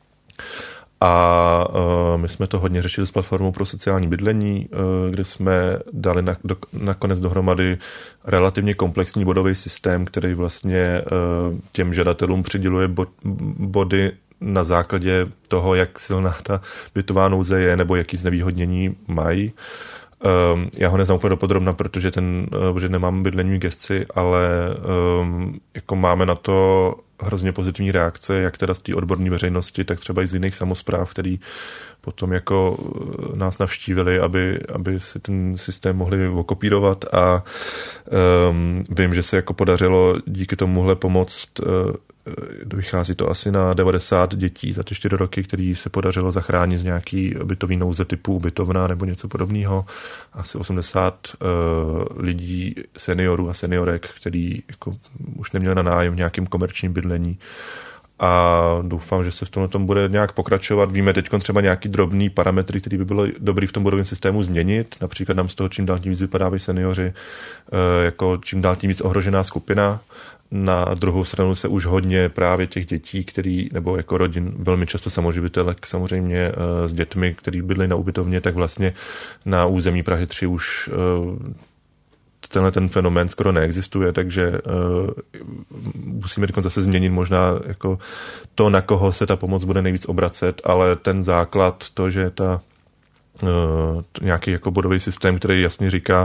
Speaker 2: A my jsme to hodně řešili s platformou pro sociální bydlení, kde jsme dali nakonec dohromady relativně komplexní bodový systém, který vlastně těm žadatelům přiděluje body na základě toho, jak silná ta bytová nouze je, nebo jaký znevýhodnění mají. Já ho neznám úplně dopodrobna, protože nemám bydlení v gesci, ale jako máme na to hrozně pozitivní reakce, jak teda z té odborné veřejnosti, tak třeba i z jiných samospráv, který potom jako nás navštívili, aby si ten systém mohli okopírovat a vím, že se jako podařilo díky tomuhle pomoct. Vychází to asi na 90 dětí za ty 4 roky, který se podařilo zachránit z nějaký bytový nouze typu ubytovna nebo něco podobného. Asi 80 lidí, seniorů a seniorek, který jako už neměli na nájem v nějakém komerčním bydlení. A doufám, že se v tomhle bude nějak pokračovat. Víme teď třeba nějaký drobný parametry, který by bylo dobrý v tom bodovém systému změnit. Například nám z toho čím dál tím víc vypadávají seniori jako čím dál tím víc ohrožená skupina. Na druhou stranu se už hodně právě těch dětí, nebo jako rodin, velmi často samoživitelek samozřejmě s dětmi, který bydlí na ubytovně, tak vlastně na území Prahy 3 už ten fenomén skoro neexistuje, takže musíme zase změnit možná jako to, na koho se ta pomoc bude nejvíc obracet, ale ten základ, to, že nějaký jako bodový systém, který jasně říká,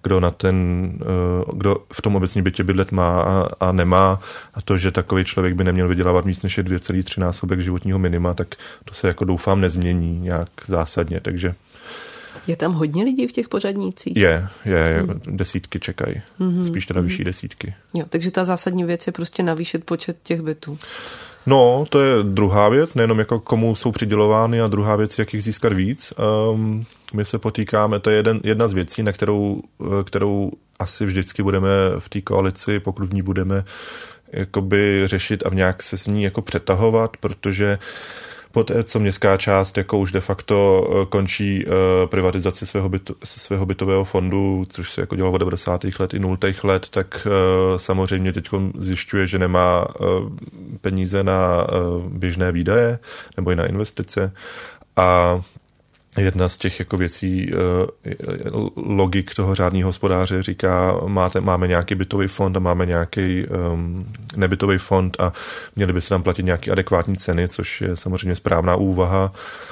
Speaker 2: kdo v tom obecním bytě bydlet má a nemá, a to, že takový člověk by neměl vydělávat víc než 2,3 násobek životního minima, tak to se jako doufám nezmění nějak zásadně, takže
Speaker 1: je tam hodně lidí v těch pořadnících?
Speaker 2: Je. Desítky čekají. Spíš teda vyšší desítky.
Speaker 1: Jo, takže ta zásadní věc je prostě navýšit počet těch bytů.
Speaker 2: No, to je druhá věc, nejenom jako komu jsou přidělovány, a druhá věc, jak jich získat víc. My se potýkáme, to je jedna z věcí, na kterou asi vždycky budeme v té koalici, pokud v ní budeme jakoby řešit a nějak se s ní jako přetahovat, protože poté, co městská část jako už de facto končí privatizaci svého bytového fondu, což se jako dělalo od 90. let i 0. let, tak samozřejmě teď zjišťuje, že nemá peníze na běžné výdaje nebo i na investice. A jedna z těch jako věcí, logik toho řádného hospodáře říká, máme nějaký bytový fond a máme nějaký nebytový fond a měli by se tam platit nějaké adekvátní ceny, což je samozřejmě správná úvaha,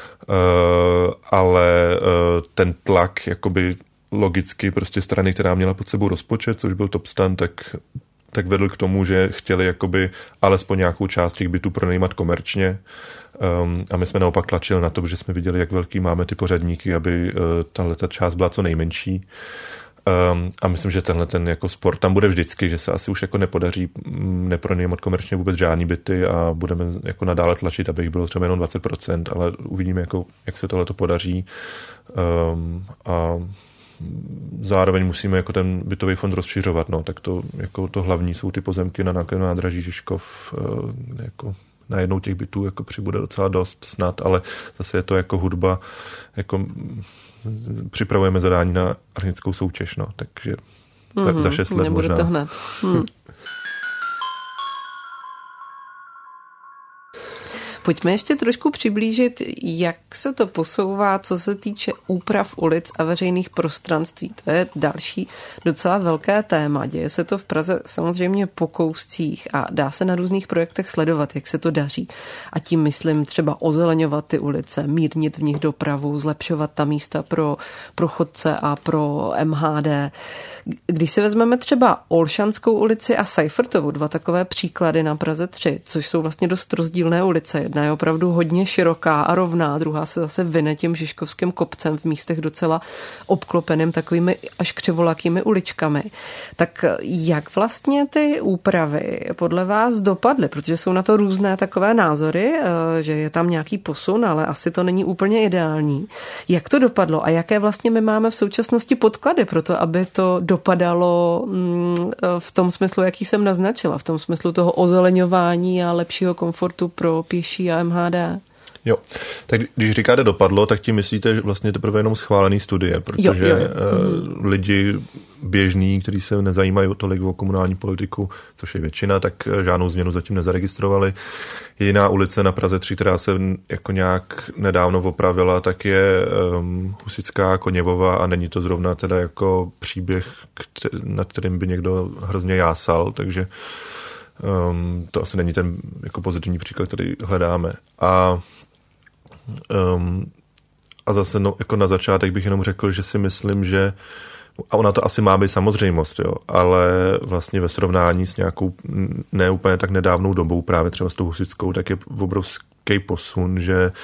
Speaker 2: ale ten tlak jakoby logicky prostě strany, která měla pod sebou rozpočet, což byl Topstan, tak vedl k tomu, že chtěli jakoby alespoň nějakou část těch bytů pronajímat komerčně. A my jsme naopak tlačili na to, že jsme viděli, jak velký máme ty pořadníky, aby tahleta část byla co nejmenší. A myslím, že tenhle ten jako sport tam bude vždycky, že se asi už jako nepodaří nepronajímat komerčně vůbec žádný byty a budeme jako nadále tlačit, aby jich bylo třeba jenom 20%, ale uvidíme, jako, jak se tohleto podaří. A zároveň musíme jako ten bytový fond rozšiřovat, no, tak to, jako to hlavní jsou ty pozemky na nádraží Žižkov, jako najednou těch bytů jako přibude docela dost snad, ale zase je to jako hudba, jako připravujeme zadání na architektickou soutěž, no, takže za 6 let
Speaker 1: nebude
Speaker 2: možná.
Speaker 1: To hned. Pojďme ještě trošku přiblížit, jak se to posouvá, co se týče úprav ulic a veřejných prostranství. To je další docela velké téma. Děje se to v Praze samozřejmě po kouscích a dá se na různých projektech sledovat, jak se to daří. A tím myslím třeba ozeleňovat ty ulice, mírnit v nich dopravu, zlepšovat ta místa pro chodce a pro MHD. Když se vezmeme třeba Olšanskou ulici a Seifertovu, 2 takové příklady na Praze 3, což jsou vlastně dost rozdílné ulice. Jedna je opravdu hodně široká a rovná, druhá se zase vyne tím Žižkovským kopcem v místech docela obklopeným takovými až křivolakými uličkami. Tak jak vlastně ty úpravy podle vás dopadly? Protože jsou na to různé takové názory, že je tam nějaký posun, ale asi to není úplně ideální. Jak to dopadlo a jaké vlastně my máme v současnosti podklady pro to, aby to dopadalo v tom smyslu, jaký jsem naznačila, v tom smyslu toho ozeleňování a lepšího komfortu pro pěší a MHD?
Speaker 2: Jo, tak když říkáte dopadlo, tak tím myslíte vlastně teprve jenom schválený studie, protože lidi běžní, kteří se nezajímají tolik o komunální politiku, což je většina, tak žádnou změnu zatím nezaregistrovali. Jiná ulice na Praze 3, která se jako nějak nedávno opravila, tak je Husitská, Koněvova a není to zrovna teda jako příběh, nad kterým by někdo hrozně jásal, takže to asi není ten jako pozitivní příklad, který hledáme. A zase jako na začátek bych jenom řekl, že si myslím, že a ona to asi má být samozřejmost, jo, ale vlastně ve srovnání s nějakou ne úplně tak nedávnou dobou, právě třeba s tou Husitskou, tak je obrovský posun, že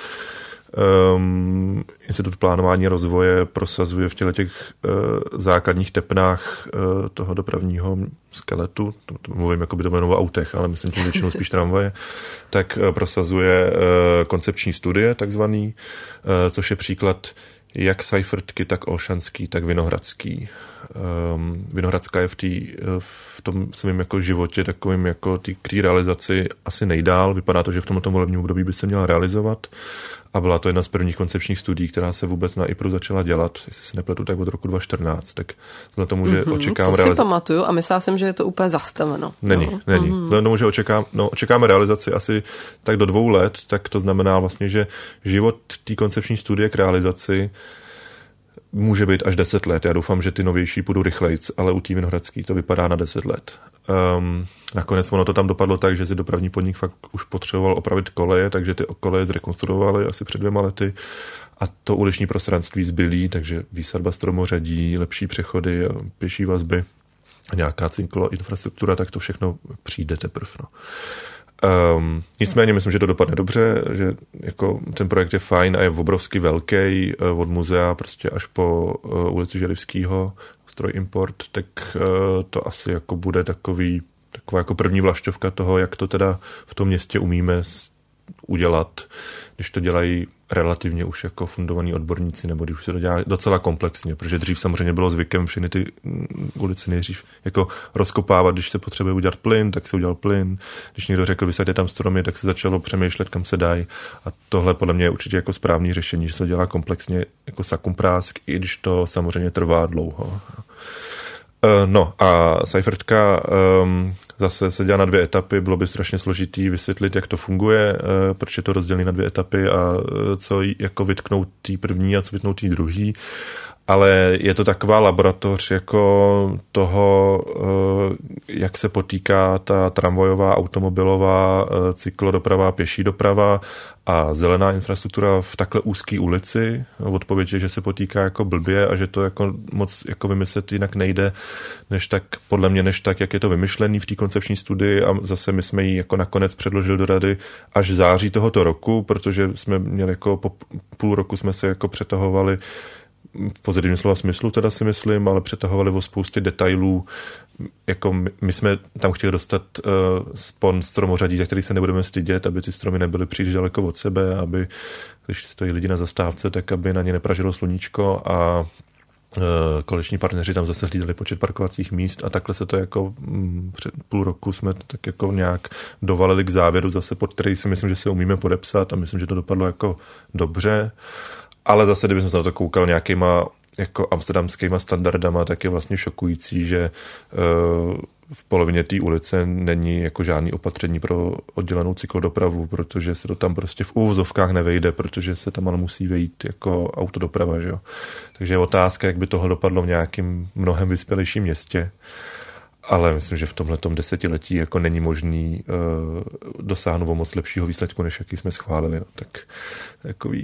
Speaker 2: Institut plánování rozvoje prosazuje v těch základních tepnách toho dopravního skeletu, to mluvím jako by to bylo o autech, ale myslím tím většinou spíš tramvaje, tak prosazuje koncepční studie takzvaný, což je příklad jak Seifertky, tak Olšanský, tak Vinohradský. Vinohradská je v tom svém jako životě takovým jako té realizaci asi nejdál. Vypadá to, že v tomto volebním období by se měla realizovat a byla to jedna z prvních koncepčních studií, která se vůbec na IPRu začala dělat, jestli se nepletu, tak od roku 2014. Tak vzhledem tomu, že očekávám
Speaker 1: realizaci. To si pamatuju a myslela jsem, že je to úplně zastaveno.
Speaker 2: Není. Vzhledem tomu, že očekáme realizaci asi tak do 2 let, tak to znamená vlastně, že život té koncepční studie k realizaci může být až 10 let. Já doufám, že ty novější půjdou rychlejc, ale u té Vinohradský to vypadá na 10 let. Nakonec ono to tam dopadlo tak, že si dopravní podnik fakt už potřeboval opravit koleje, takže ty koleje zrekonstruovali asi před 2 lety a to uliční prostranství zbylí, takže výsadba stromořadí, lepší přechody, pěší vazby a nějaká cykloinfrastruktura, tak to všechno přijde teprve. No. Nicméně myslím, že to dopadne dobře, že jako ten projekt je fajn a je obrovsky velký od muzea prostě až po ulici Želivského, stroj import, tak to asi jako bude taková jako první vlašťovka toho, jak to teda v tom městě umíme udělat, když to dělají relativně už jako fundovaní odborníci, nebo když už se to dělá docela komplexně, protože dřív samozřejmě bylo zvykem všechny ty ulici nejdřív jako rozkopávat, když se potřebuje udělat plyn, tak se udělal plyn, když někdo řekl, vysaďte tam stromy, tak se začalo přemýšlet, kam se dají a tohle podle mě je určitě jako správný řešení, že se to dělá komplexně jako sakumprásk, i když to samozřejmě trvá dlouho. No a Seifertka zase se dělá na 2 etapy, bylo by strašně složitý vysvětlit, jak to funguje, proč je to rozdělené na 2 etapy a co jako vytknout tý první a co vytknout tý druhý. Ale je to taková laboratoř jako toho, jak se potýká ta tramvajová, automobilová, cyklodoprava, pěší doprava a zelená infrastruktura v takhle úzké ulici. Odpověď je, že se potýká jako blbě a že to jako moc jako vymyslet jinak nejde, než tak, podle mě, než tak, jak je to vymyšlený v té koncepční studii a zase my jsme ji jako nakonec předložili do rady až v září tohoto roku, protože jsme měli jako po půl roku jsme se jako přetahovali v pozitivním slova smyslu teda si myslím, ale přetahovali o spoustě detailů. Jako my jsme tam chtěli dostat spon stromořadí, za který se nebudeme stydět, aby ty stromy nebyly příliš daleko od sebe, aby když stojí lidi na zastávce, tak aby na ně nepražilo sluníčko a koaliční partneři tam zase hlídali počet parkovacích míst a takhle se to jako před půl roku jsme tak jako nějak dovalili k závěru zase, pod který si myslím, že se umíme podepsat a myslím, že to dopadlo jako dobře. Ale zase, kdybychom se na to koukal nějakýma jako amsterdamskýma standardama, tak je vlastně šokující, že v polovině té ulice není jako žádný opatření pro oddělenou cyklodopravu, protože se to tam prostě v úvozovkách nevejde, protože se tam ale musí vejít jako autodoprava, že jo. Takže je otázka, jak by tohle dopadlo v nějakém mnohem vyspělejším městě. Ale myslím, že v tomhletom desetiletí jako není možný dosáhnout moc lepšího výsledku, než jaký jsme schválili. No. Tak takový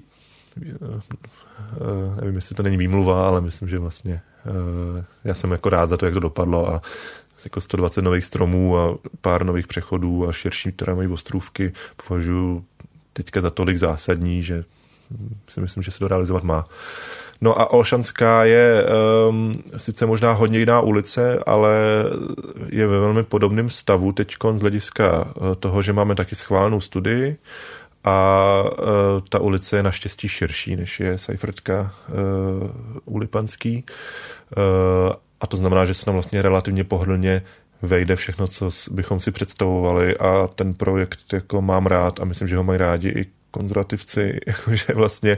Speaker 2: nevím, jestli to není výmluva, ale myslím, že vlastně já jsem jako rád za to, jak to dopadlo a jako 120 nových stromů a pár nových přechodů a širší tramvají ostrůvky považuji teďka za tolik zásadní, že si myslím, že se to realizovat má. No a Olšanská je sice možná hodně jiná ulice, ale je ve velmi podobném stavu teďkon z hlediska toho, že máme taky schválenou studii a ta ulice je naštěstí širší, než je Seifrdtka u Lipanský. A to znamená, že se tam vlastně relativně pohodlně vejde všechno, co bychom si představovali a ten projekt jako mám rád a myslím, že ho mají rádi i konzervativci, jakože vlastně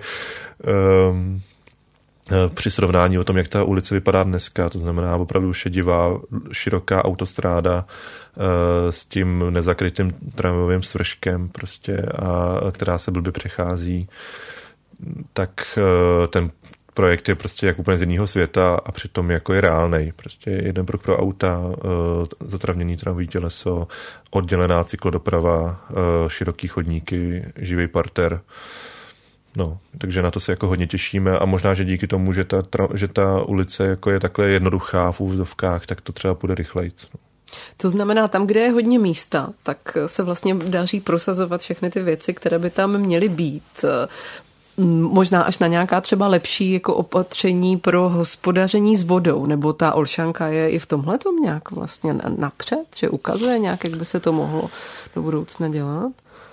Speaker 2: při srovnání o tom, jak ta ulice vypadá dneska, to znamená opravdu šedivá, široká autostráda s tím nezakrytým tramvajovým svrškem prostě, a která se blbě přechází, tak ten projekt je prostě jak úplně z jiného světa a přitom jako je reálnej. Prostě jeden pruh pro auta, zatravněný tramvajové těleso, oddělená cyklodoprava, široký chodníky, živý parter. No, takže na to se jako hodně těšíme a možná, že díky tomu, že ta ulice jako je takhle jednoduchá v úvozovkách, tak to třeba půjde rychlejc.
Speaker 1: To znamená, tam, kde je hodně místa, tak se vlastně daří prosazovat všechny ty věci, které by tam měly být. Možná až na nějaká třeba lepší jako opatření pro hospodaření s vodou, nebo ta Olšanka je i v tomhletom nějak vlastně napřed, že ukazuje nějak, jak by se to mohlo do budoucna dělat?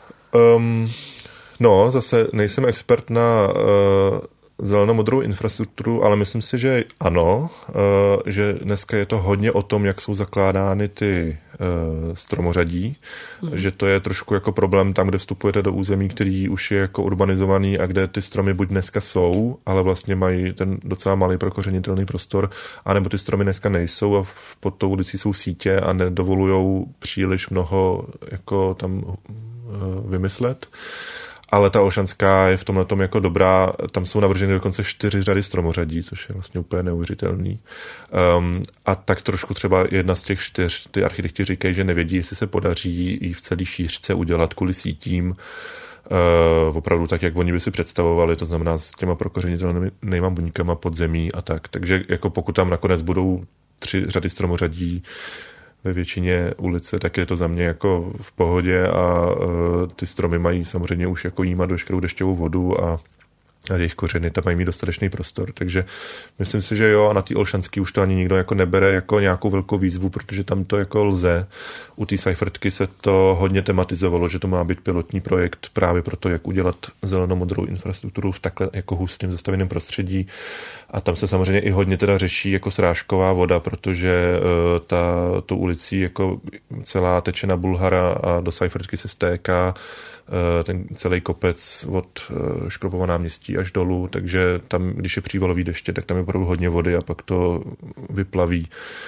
Speaker 2: No, zase nejsem expert na zelenomodrou infrastrukturu, ale myslím si, že ano, že dneska je to hodně o tom, jak jsou zakládány ty stromořadí, že to je trošku jako problém tam, kde vstupujete do území, který už je jako urbanizovaný a kde ty stromy buď dneska jsou, ale vlastně mají ten docela malý prokořenitelný prostor, anebo ty stromy dneska nejsou a pod tou ulicí jsou sítě a nedovolujou příliš mnoho jako tam vymyslet. Ale ta Olšanská je v tomhletom jako dobrá, tam jsou navrženy dokonce 4 řady stromořadí, což je vlastně úplně neuvěřitelný. A tak trošku třeba jedna z těch 4, ty architekti říkají, že nevědí, jestli se podaří ji v celý šířce udělat kvůli sítím, opravdu tak, jak oni by si představovali, to znamená s těma prokořenitelnýma buňkama podzemí a tak. Takže jako pokud tam nakonec budou 3 řady stromořadí ve většině ulice, tak je to za mě jako v pohodě a ty stromy mají samozřejmě už jako jímat veškerou dešťovou vodu a jejich kořeny tam mají mít dostatečný prostor. Takže myslím si, že jo, a na té Olšanský už to ani nikdo jako nebere jako nějakou velkou výzvu, protože tam to jako lze. U té Seifrdtky se to hodně tematizovalo, že to má být pilotní projekt právě pro to, jak udělat zelenomodrou infrastrukturu v takhle jako hustým zastavěném prostředí. A tam se samozřejmě i hodně teda řeší jako srážková voda, protože tou ulicí jako celá teče na Bulhara a do Seifrdtky se stéká ten celý kopec od Škrupova náměstí až dolů, takže tam, když je přívalový deště, tak tam je opravdu hodně vody a pak to vyplaví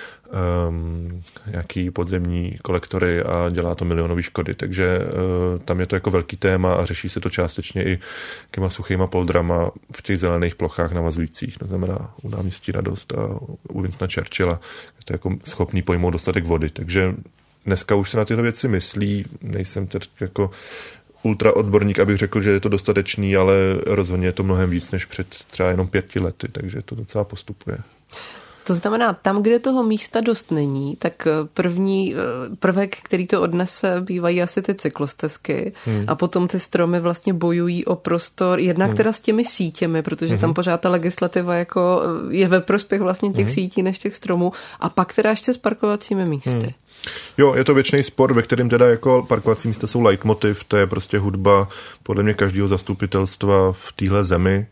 Speaker 2: nějaký podzemní kolektory a dělá to milionové škody, takže tam je to jako velký téma a řeší se to částečně i těma suchýma poldrama v těch zelených plochách navazujících, to znamená u náměstí Radost a u Winstona Churchilla, je to jako schopný pojmout dostatek vody, takže dneska už se na tyto věci myslí, nejsem teď jako ultra odborník, abych řekl, že je to dostatečný, ale rozhodně je to mnohem víc než před třeba jenom 5 lety, takže to docela postupuje.
Speaker 1: To znamená, tam, kde toho místa dost není, tak první prvek, který to odnese, bývají asi ty cyklostezky a potom ty stromy vlastně bojují o prostor, jednak teda s těmi sítěmi, protože tam pořád ta legislativa jako je ve prospěch vlastně těch sítí než těch stromů a pak teda ještě s parkovacími místy.
Speaker 2: Jo, je to věčný spor, ve kterém teda jako parkovací místa jsou leitmotiv, to je prostě hudba podle mě každého zastupitelstva v téhle zemi.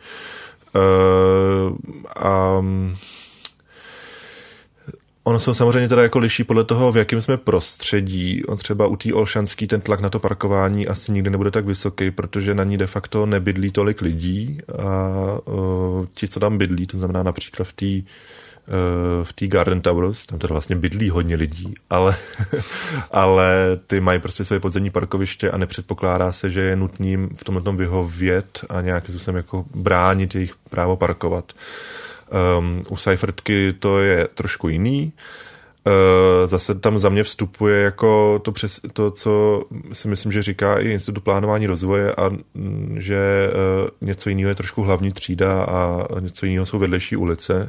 Speaker 2: Ono se samozřejmě teda jako liší podle toho, v jakém jsme prostředí. Třeba u té Olšanský ten tlak na to parkování asi nikdy nebude tak vysoký, protože na ní de facto nebydlí tolik lidí a ti, co tam bydlí, to znamená například v té Garden Towers, tam teda vlastně bydlí hodně lidí, ale ty mají prostě své podzemní parkoviště a nepředpokládá se, že je nutný v tomhle vyhovět a nějakým způsobem jako bránit jejich právo parkovat. U Seifrdtky to je trošku jiný zase tam za mě vstupuje jako to, co si myslím, že říká i Institut plánování rozvoje a že něco jiného je trošku hlavní třída a něco jiného jsou vedlejší ulice.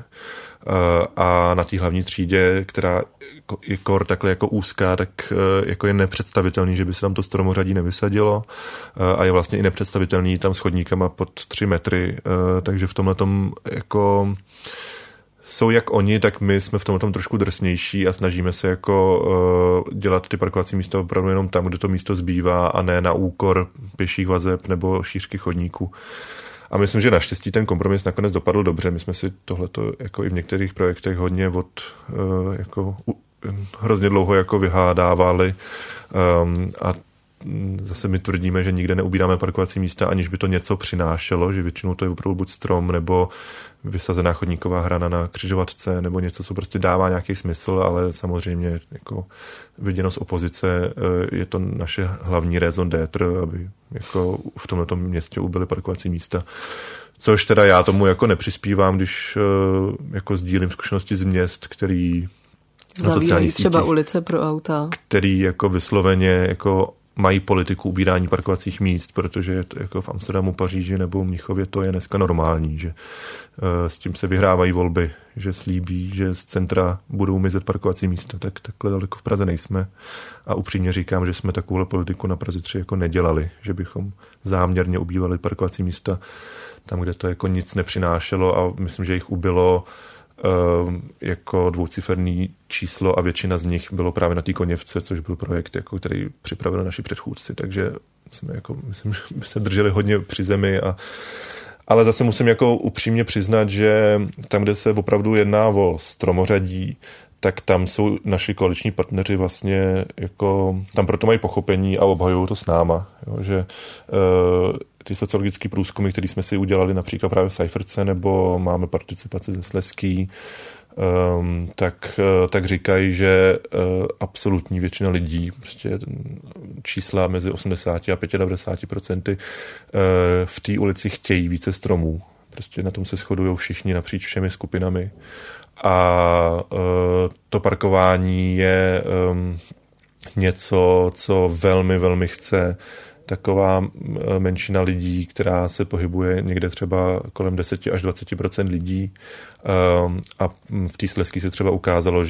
Speaker 2: A na té hlavní třídě, která je kor takhle jako úzká, tak jako je nepředstavitelný, že by se tam to stromořadí nevysadilo a je vlastně i nepředstavitelný tam s chodníkama pod 3 metry, takže v tomhletom jako jsou jak oni, tak my jsme v tomhletom trošku drsnější a snažíme se jako dělat ty parkovací místa opravdu jenom tam, kde to místo zbývá a ne na úkor pěších vazeb nebo šířky chodníků. A myslím, že naštěstí ten kompromis nakonec dopadl dobře. My jsme si tohleto jako i v některých projektech hodně jako hrozně dlouho jako vyhádávali a zase my tvrdíme, že nikde neubíráme parkovací místa, aniž by to něco přinášelo, že většinou to je opravdu buď strom nebo vysazená chodníková hrana na křižovatce nebo něco, co prostě dává nějaký smysl, ale samozřejmě jako viděno z opozice je to naše hlavní raison d'être, aby jako v tomto městě ubyly parkovací místa. Což teda já tomu jako nepřispívám, když jako sdílím zkušenosti z měst, který na sociálních
Speaker 1: třeba
Speaker 2: sítích,
Speaker 1: ulice pro auta,
Speaker 2: který jako vysloveně jako mají politiku ubírání parkovacích míst, protože je to jako v Amsterdamu, Paříži nebo Mnichově to je dneska normální, že s tím se vyhrávají volby, že slíbí, že z centra budou mizet parkovací místa, tak takhle daleko v Praze nejsme a upřímně říkám, že jsme takovou politiku na Praze 3 jako nedělali, že bychom záměrně ubývali parkovací místa tam, kde to jako nic nepřinášelo a myslím, že jich ubylo jako dvouciferný číslo a většina z nich bylo právě na té Koněvce, což byl projekt, jako, který připravili naši předchůdci, takže jsme jako, myslím, že by se drželi hodně při zemi ale zase musím jako upřímně přiznat, že tam, kde se opravdu jedná o stromořadí, tak tam jsou naši koaliční partneři vlastně jako, tam proto mají pochopení a obhajují to s náma, jo, že ty sociologické průzkumy, které jsme si udělali například právě v Cypherce, nebo máme participaci ze Slezský, tak říkají, že absolutní většina lidí, prostě čísla mezi 80 a 95% v té ulici chtějí více stromů. Prostě na tom se shodují všichni napříč všemi skupinami. A to parkování je něco, co velmi, velmi chce taková menšina lidí, která se pohybuje někde třeba kolem 10 až 20% lidí. A v té Slezské se třeba ukázalo,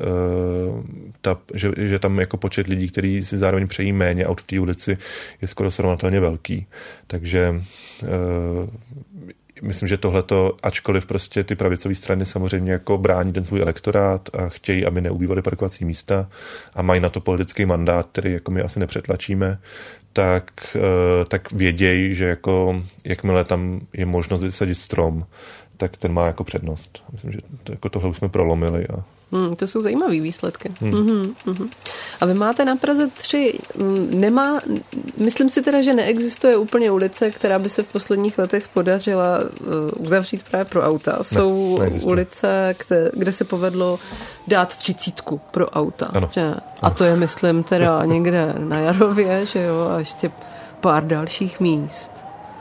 Speaker 2: že tam jako počet lidí, kteří si zároveň přejí méně aut v té ulici, je skoro srovnatelně velký. Takže myslím, že tohleto, ačkoliv prostě ty pravicové strany samozřejmě jako brání ten svůj elektorát a chtějí, aby neubývaly parkovací místa a mají na to politický mandát, který jako my asi nepřetlačíme, tak vědějí, že jako jakmile tam je možnost vysadit strom, tak ten má jako přednost. Myslím, že jako tohle už jsme prolomili.
Speaker 1: To jsou zajímavé výsledky. A vy máte na Praze 3, myslím si teda, že neexistuje úplně ulice, která by se v posledních letech podařila uzavřít právě pro auta. Jsou ulice, kde se povedlo dát 30 pro auta.
Speaker 2: Ano.
Speaker 1: Že? A to je, myslím, teda někde na Jarově, že jo, a ještě pár dalších míst.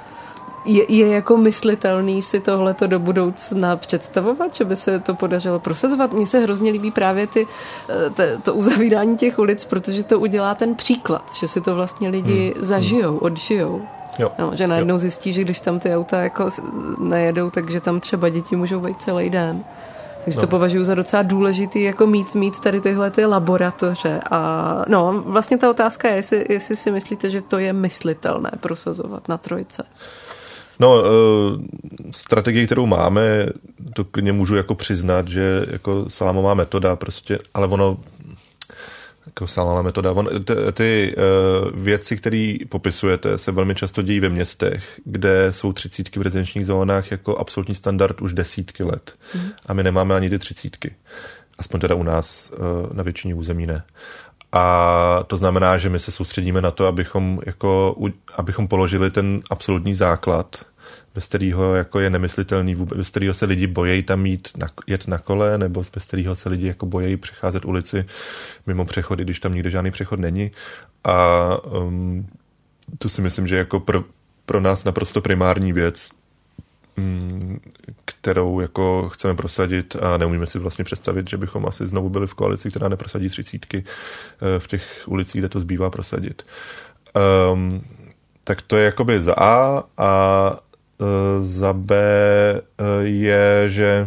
Speaker 1: Je jako myslitelný si tohleto do budoucna představovat, že by se to podařilo prosazovat? Mně se hrozně líbí právě to uzavírání těch ulic, protože to udělá ten příklad, že si to vlastně lidi zažijou, odžijou.
Speaker 2: Jo.
Speaker 1: No, že najednou zjistí, že když tam ty auta jako nejedou, takže tam třeba děti můžou být celý den. Takže to považuji za docela důležitý, jako mít tady tyhle ty laboratoře. A no, vlastně ta otázka je, jestli si myslíte, že to je myslitelné prosazovat na Trojce.
Speaker 2: No, strategii, kterou máme, to klidně můžu jako přiznat, že jako salámová metoda prostě, ale ono, jako salámová metoda, ty věci, které popisujete, se velmi často dějí ve městech, kde jsou 30 v rezidenčních zónách jako absolutní standard už desítky let. A my nemáme ani ty 30. Aspoň teda u nás na většině území ne. A to znamená, že my se soustředíme na to, abychom položili ten absolutní základ, bez kterého jako je nemyslitelný, bez kterého se lidi bojí tam jet na kole, nebo bez kterého se lidi jako bojí přecházet ulici mimo přechody, když tam nikde žádný přechod není. A to si myslím, že jako pro nás naprosto primární věc, kterou jako chceme prosadit a neumíme si vlastně představit, že bychom asi znovu byli v koalici, která neprosadí 30 v těch ulicích, kde to zbývá prosadit. Tak to je jakoby za A a za B je, že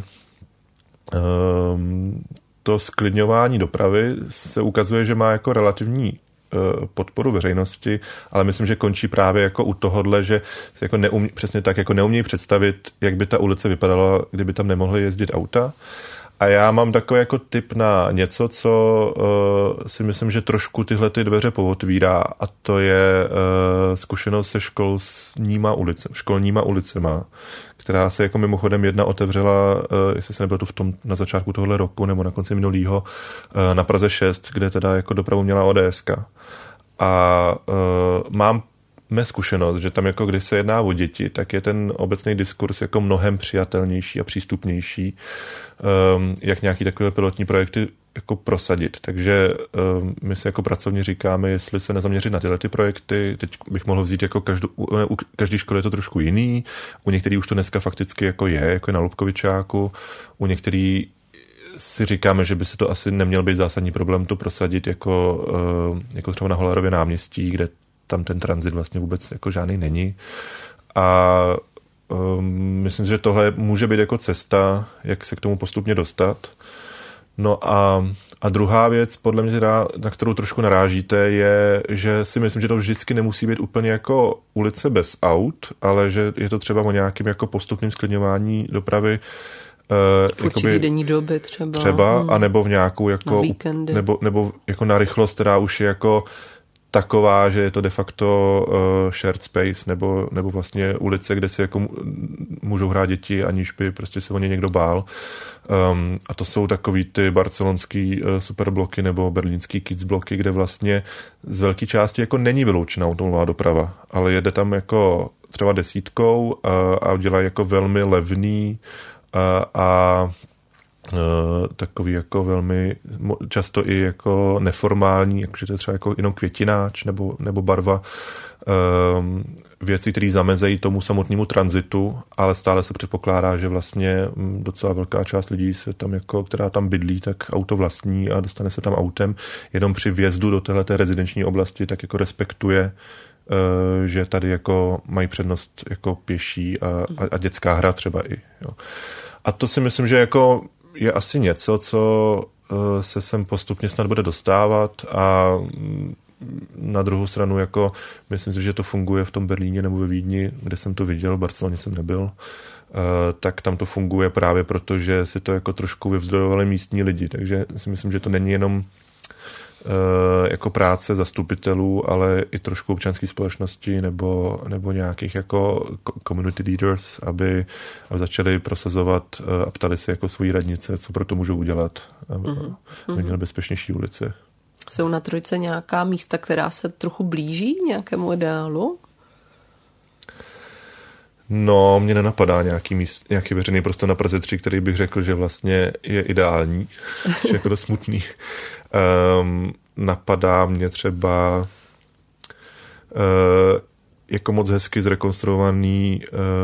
Speaker 2: to sklidňování dopravy se ukazuje, že má jako relativní podporu veřejnosti, ale myslím, že končí právě jako u tohohle, že se jako přesně tak jako neumějí představit, jak by ta ulice vypadala, kdyby tam nemohly jezdit auta. A já mám takový jako tip na něco, co si myslím, že trošku tyhle ty dveře pootvírá, a to je zkušenost se školníma ulicema, která se jako mimochodem jedna otevřela, jestli se nebylo tu na začátku tohohle roku nebo na konci minulýho, na Praze 6, kde teda jako dopravu měla ODSka. A mám zkušenost, že tam jako když se jedná o děti, tak je ten obecný diskurs jako mnohem přijatelnější a přístupnější, jak nějaký takové pilotní projekty jako prosadit. Takže my si jako pracovně říkáme, jestli se nezaměřit na tyhle ty projekty. Teď bych mohl vzít jako u každé školy je to trošku jiný. U některých už to dneska fakticky jako je na Lubkovičáku. U některých si říkáme, že by se to asi neměl být zásadní problém to prosadit jako třeba na Holerově náměstí, kde tam ten tranzit vlastně vůbec jako žádný není. A myslím si, že tohle může být jako cesta, jak se k tomu postupně dostat. No a druhá věc, podle mě teda, na kterou trošku narážíte, je, že si myslím, že to vždycky nemusí být úplně jako ulice bez aut, ale že je to třeba o nějakým jako postupným sklidňování dopravy.
Speaker 1: V určitý denní doby třeba.
Speaker 2: Anebo v nějakou jako, nebo jako na rychlost, která už je jako taková, že je to de facto shared space nebo vlastně ulice, kde si jako můžou hrát děti, aniž by prostě se o ně někdo bál. A to jsou takový ty barcelonský superbloky nebo berlínský kids bloky, kde vlastně z velké části jako není vyloučená automobilová doprava, ale jede tam jako třeba desítkou a dělají jako velmi levný a takový jako velmi často i jako neformální, jakože to je třeba jako jenom květináč nebo barva, věci, které zamezejí tomu samotnému tranzitu, ale stále se předpokládá, že vlastně docela velká část lidí se tam jako, která tam bydlí, tak auto vlastní a dostane se tam autem. Jenom při vjezdu do téhleté rezidenční oblasti tak jako respektuje, že tady jako mají přednost jako pěší a dětská hra třeba i. Jo. A to si myslím, že jako je asi něco, co se sem postupně snad bude dostávat, a na druhou stranu jako myslím si, že to funguje v tom Berlíně nebo ve Vídni, kde jsem to viděl, v Barceloně jsem nebyl, tak tam to funguje právě proto, že si to jako trošku vyvzdojovali místní lidi, takže si myslím, že to není jenom jako práce zastupitelů, ale i trošku občanské společnosti nebo nějakých jako community leaders, aby začali prosazovat a ptali se jako svojí radnice, co pro to můžou udělat, aby měli bezpečnější ulice.
Speaker 1: Jsou na Trojce nějaká místa, která se trochu blíží nějakému ideálu?
Speaker 2: No, mě nenapadá nějaký veřejný prostor na Praze 3, který bych řekl, že vlastně je ideální, že jako to smutný. Napadá mě třeba jako moc hezky zrekonstruovaný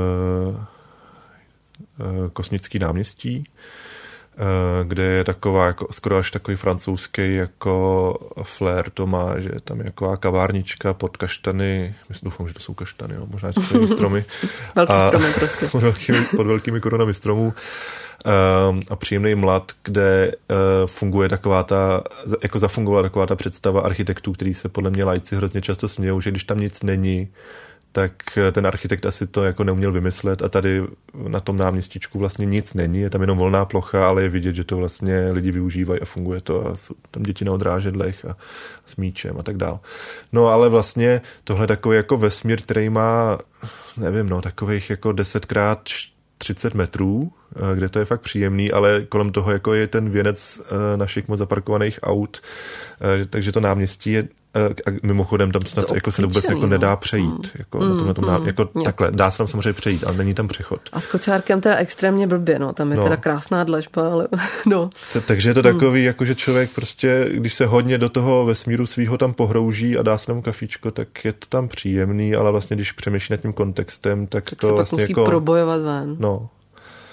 Speaker 2: Kosnický náměstí, kde je taková jako skoro až takový francouzský jako flair to má, že tam je taková kavárnička pod kaštany, doufám, že to jsou kaštany, jo, možná jsou to stromy.
Speaker 1: Velký stromy prostě.
Speaker 2: Pod velkými korunami stromů. A příjemný mlad, kde funguje zafungovala taková ta představa architektů, který se podle mě laici hrozně často smějou, že když tam nic není, tak ten architekt asi to jako neuměl vymyslet, a tady na tom náměstíčku vlastně nic není, je tam jenom volná plocha, ale je vidět, že to vlastně lidi využívají a funguje to, a jsou tam děti na odrážedlech a s míčem a tak dál. No ale vlastně tohle takový jako vesmír, který má, nevím, takových jako 10x30 metrů, kde to je fakt příjemný, ale kolem toho jako je ten věnec našich moc zaparkovaných aut, takže to náměstí je, a mimochodem tam snad jako se vůbec jako nedá přejít. Takhle, dá se tam samozřejmě přejít, ale není tam přechod.
Speaker 1: A s kočárkem teda extrémně blbě, tam je teda krásná dlažba, ale
Speaker 2: Takže je to takový, jako že člověk prostě, když se hodně do toho vesmíru svýho tam pohrouží a dá se tam kafíčko, tak je to tam příjemný, ale vlastně když přemýšlí nad tím kontextem, tak to
Speaker 1: se pak
Speaker 2: vlastně
Speaker 1: musí
Speaker 2: jako
Speaker 1: probojovat ven.
Speaker 2: No.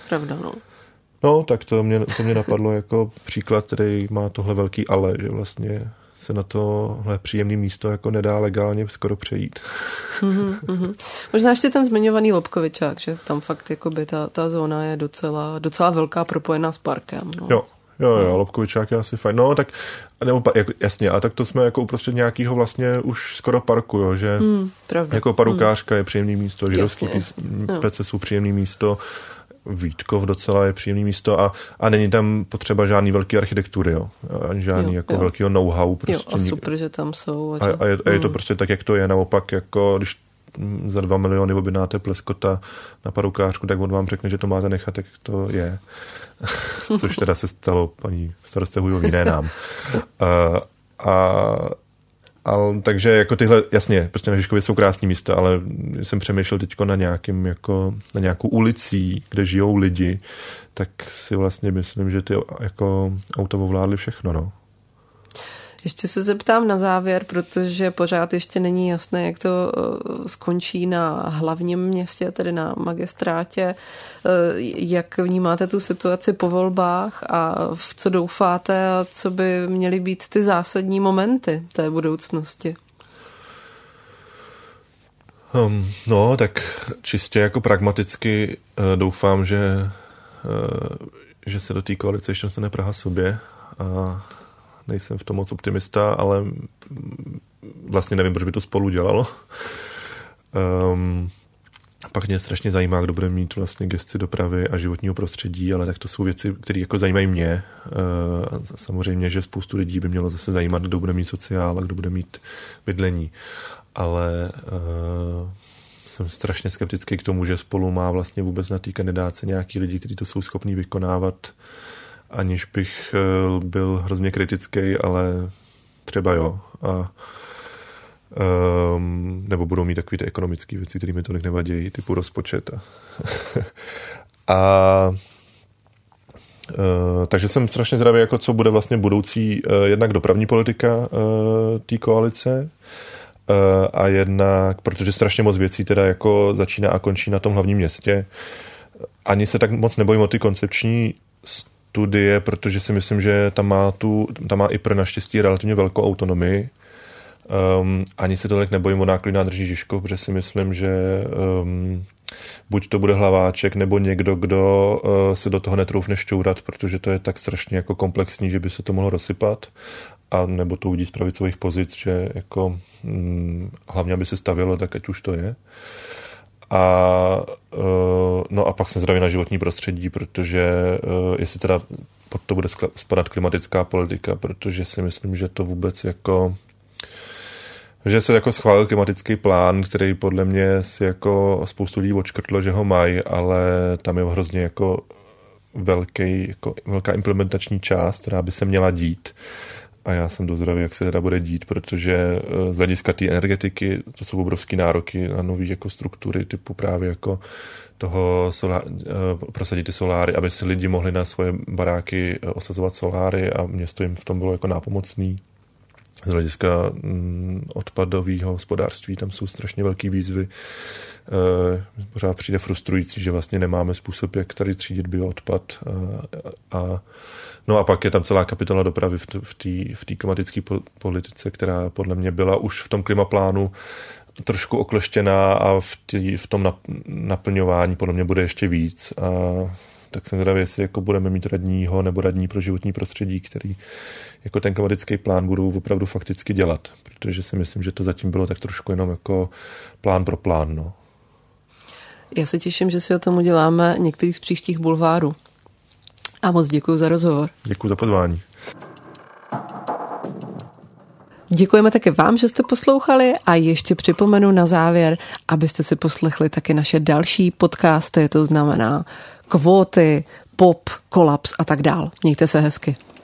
Speaker 1: pravda, no.
Speaker 2: No, tak to mě napadlo jako příklad, který má tohle velký ale, že vlastně se na tohle příjemné místo jako nedá legálně skoro přejít.
Speaker 1: Možná ještě ten zmiňovaný Lobkovičák, že tam fakt jakoby ta zóna je docela velká, propojená s parkem. No.
Speaker 2: Jo, Lobkovičák je asi fajn. No, tak, nebo, jasně, a tak to jsme jako uprostřed nějakého vlastně už skoro parku, jo, že jako parukářka je příjemný místo, židovský pece jsou příjemný místo, Vítkov docela je příjemný místo a není tam potřeba žádný velký architektury, jo. Ani žádný jako velkýho know-how. Prostě
Speaker 1: a super, že tam jsou.
Speaker 2: A je to prostě tak, jak to je. Naopak, jako když za 2 miliony objednáte pleskota na parukářku, tak on vám řekne, že to máte nechat, jak to je. Což teda se stalo paní starostce Hujový, ne nám. Takže jako tyhle, jasně, prostě na Žižkově jsou krásné místa, ale jsem přemýšlel teďko na nějakou ulicí, kde žijou lidi, tak si vlastně myslím, že ty jako auta ovládly všechno, no.
Speaker 1: Ještě se zeptám na závěr, protože pořád ještě není jasné, jak to skončí na hlavním městě, tedy na magistrátě. Jak vnímáte tu situaci po volbách a v co doufáte a co by měly být ty zásadní momenty té budoucnosti?
Speaker 2: No, tak čistě jako pragmaticky doufám, že se do té koalice ještě dostane Praha sobě a nejsem v tom moc optimista, ale vlastně nevím, proč by to Spolu dělalo. Pak mě strašně zajímá, kdo bude mít vlastně gesci dopravy a životního prostředí, ale tak to jsou věci, které jako zajímají mě. Samozřejmě, že spoustu lidí by mělo zase zajímat, kdo bude mít sociál a kdo bude mít bydlení. Ale jsem strašně skeptický k tomu, že Spolu má vlastně vůbec na té kandidáce nějaký lidi, kteří to jsou schopní vykonávat, aniž bych byl hrozně kritický, ale třeba jo. Nebo budou mít takové ty ekonomické věci, které mi tolik nevadí, typu rozpočet. Takže jsem strašně zvědavý, jako co bude vlastně budoucí jednak dopravní politika té koalice a jednak, protože strašně moc věcí teda jako začíná a končí na tom hlavním městě. Ani se tak moc nebojím o ty koncepční studie, protože si myslím, že tam má i pro naštěstí relativně velkou autonomii. Ani se tolik nebojím o náklady nádrží Žižkov, protože si myslím, že buď to bude Hlaváček, nebo někdo, kdo se do toho netroufne šťourat, protože to je tak strašně jako komplexní, že by se to mohlo rozsypat, a nebo to uvidí z pravicových pozic, že jako hlavně, aby se stavělo, tak ať už to je. No a pak jsem zvědavý na životní prostředí, protože jestli teda pod to bude spadat klimatická politika, protože si myslím, že to vůbec jako že se jako schválil klimatický plán, který podle mě si jako spoustu lidí odškrtlo, že ho mají, ale tam je hrozně jako velká implementační část, která by se měla dít. A já jsem dozvědavý, jak se teda bude dít, protože z hlediska té energetiky to jsou obrovský nároky na nový jako struktury typu právě jako toho prosadit ty soláry, aby si lidi mohli na svoje baráky osazovat soláry a město jim v tom bylo jako nápomocný. Z hlediska odpadového hospodářství tam jsou strašně velké výzvy. Pořád přijde frustrující, že vlastně nemáme způsob, jak tady třídit bioodpad. No a pak je tam celá kapitola dopravy v té klimatické politice, která podle mě byla už v tom klimaplánu trošku okleštěná a v tom naplňování podle mě bude ještě víc. Tak jsem zvědavý, jestli jako budeme mít radního nebo radní pro životní prostředí, který jako ten klimatický plán budou opravdu fakticky dělat, protože si myslím, že to zatím bylo tak trošku jenom jako plán pro plán. No.
Speaker 1: Já se těším, že si o tom uděláme některý z příštích bulvárů. A moc děkuji za rozhovor.
Speaker 2: Děkuji za pozvání.
Speaker 1: Děkujeme také vám, že jste poslouchali a ještě připomenu na závěr, abyste si poslechli také naše další podcasty, to znamená Kvóty, Pop, Kolaps a tak dál. Mějte se hezky.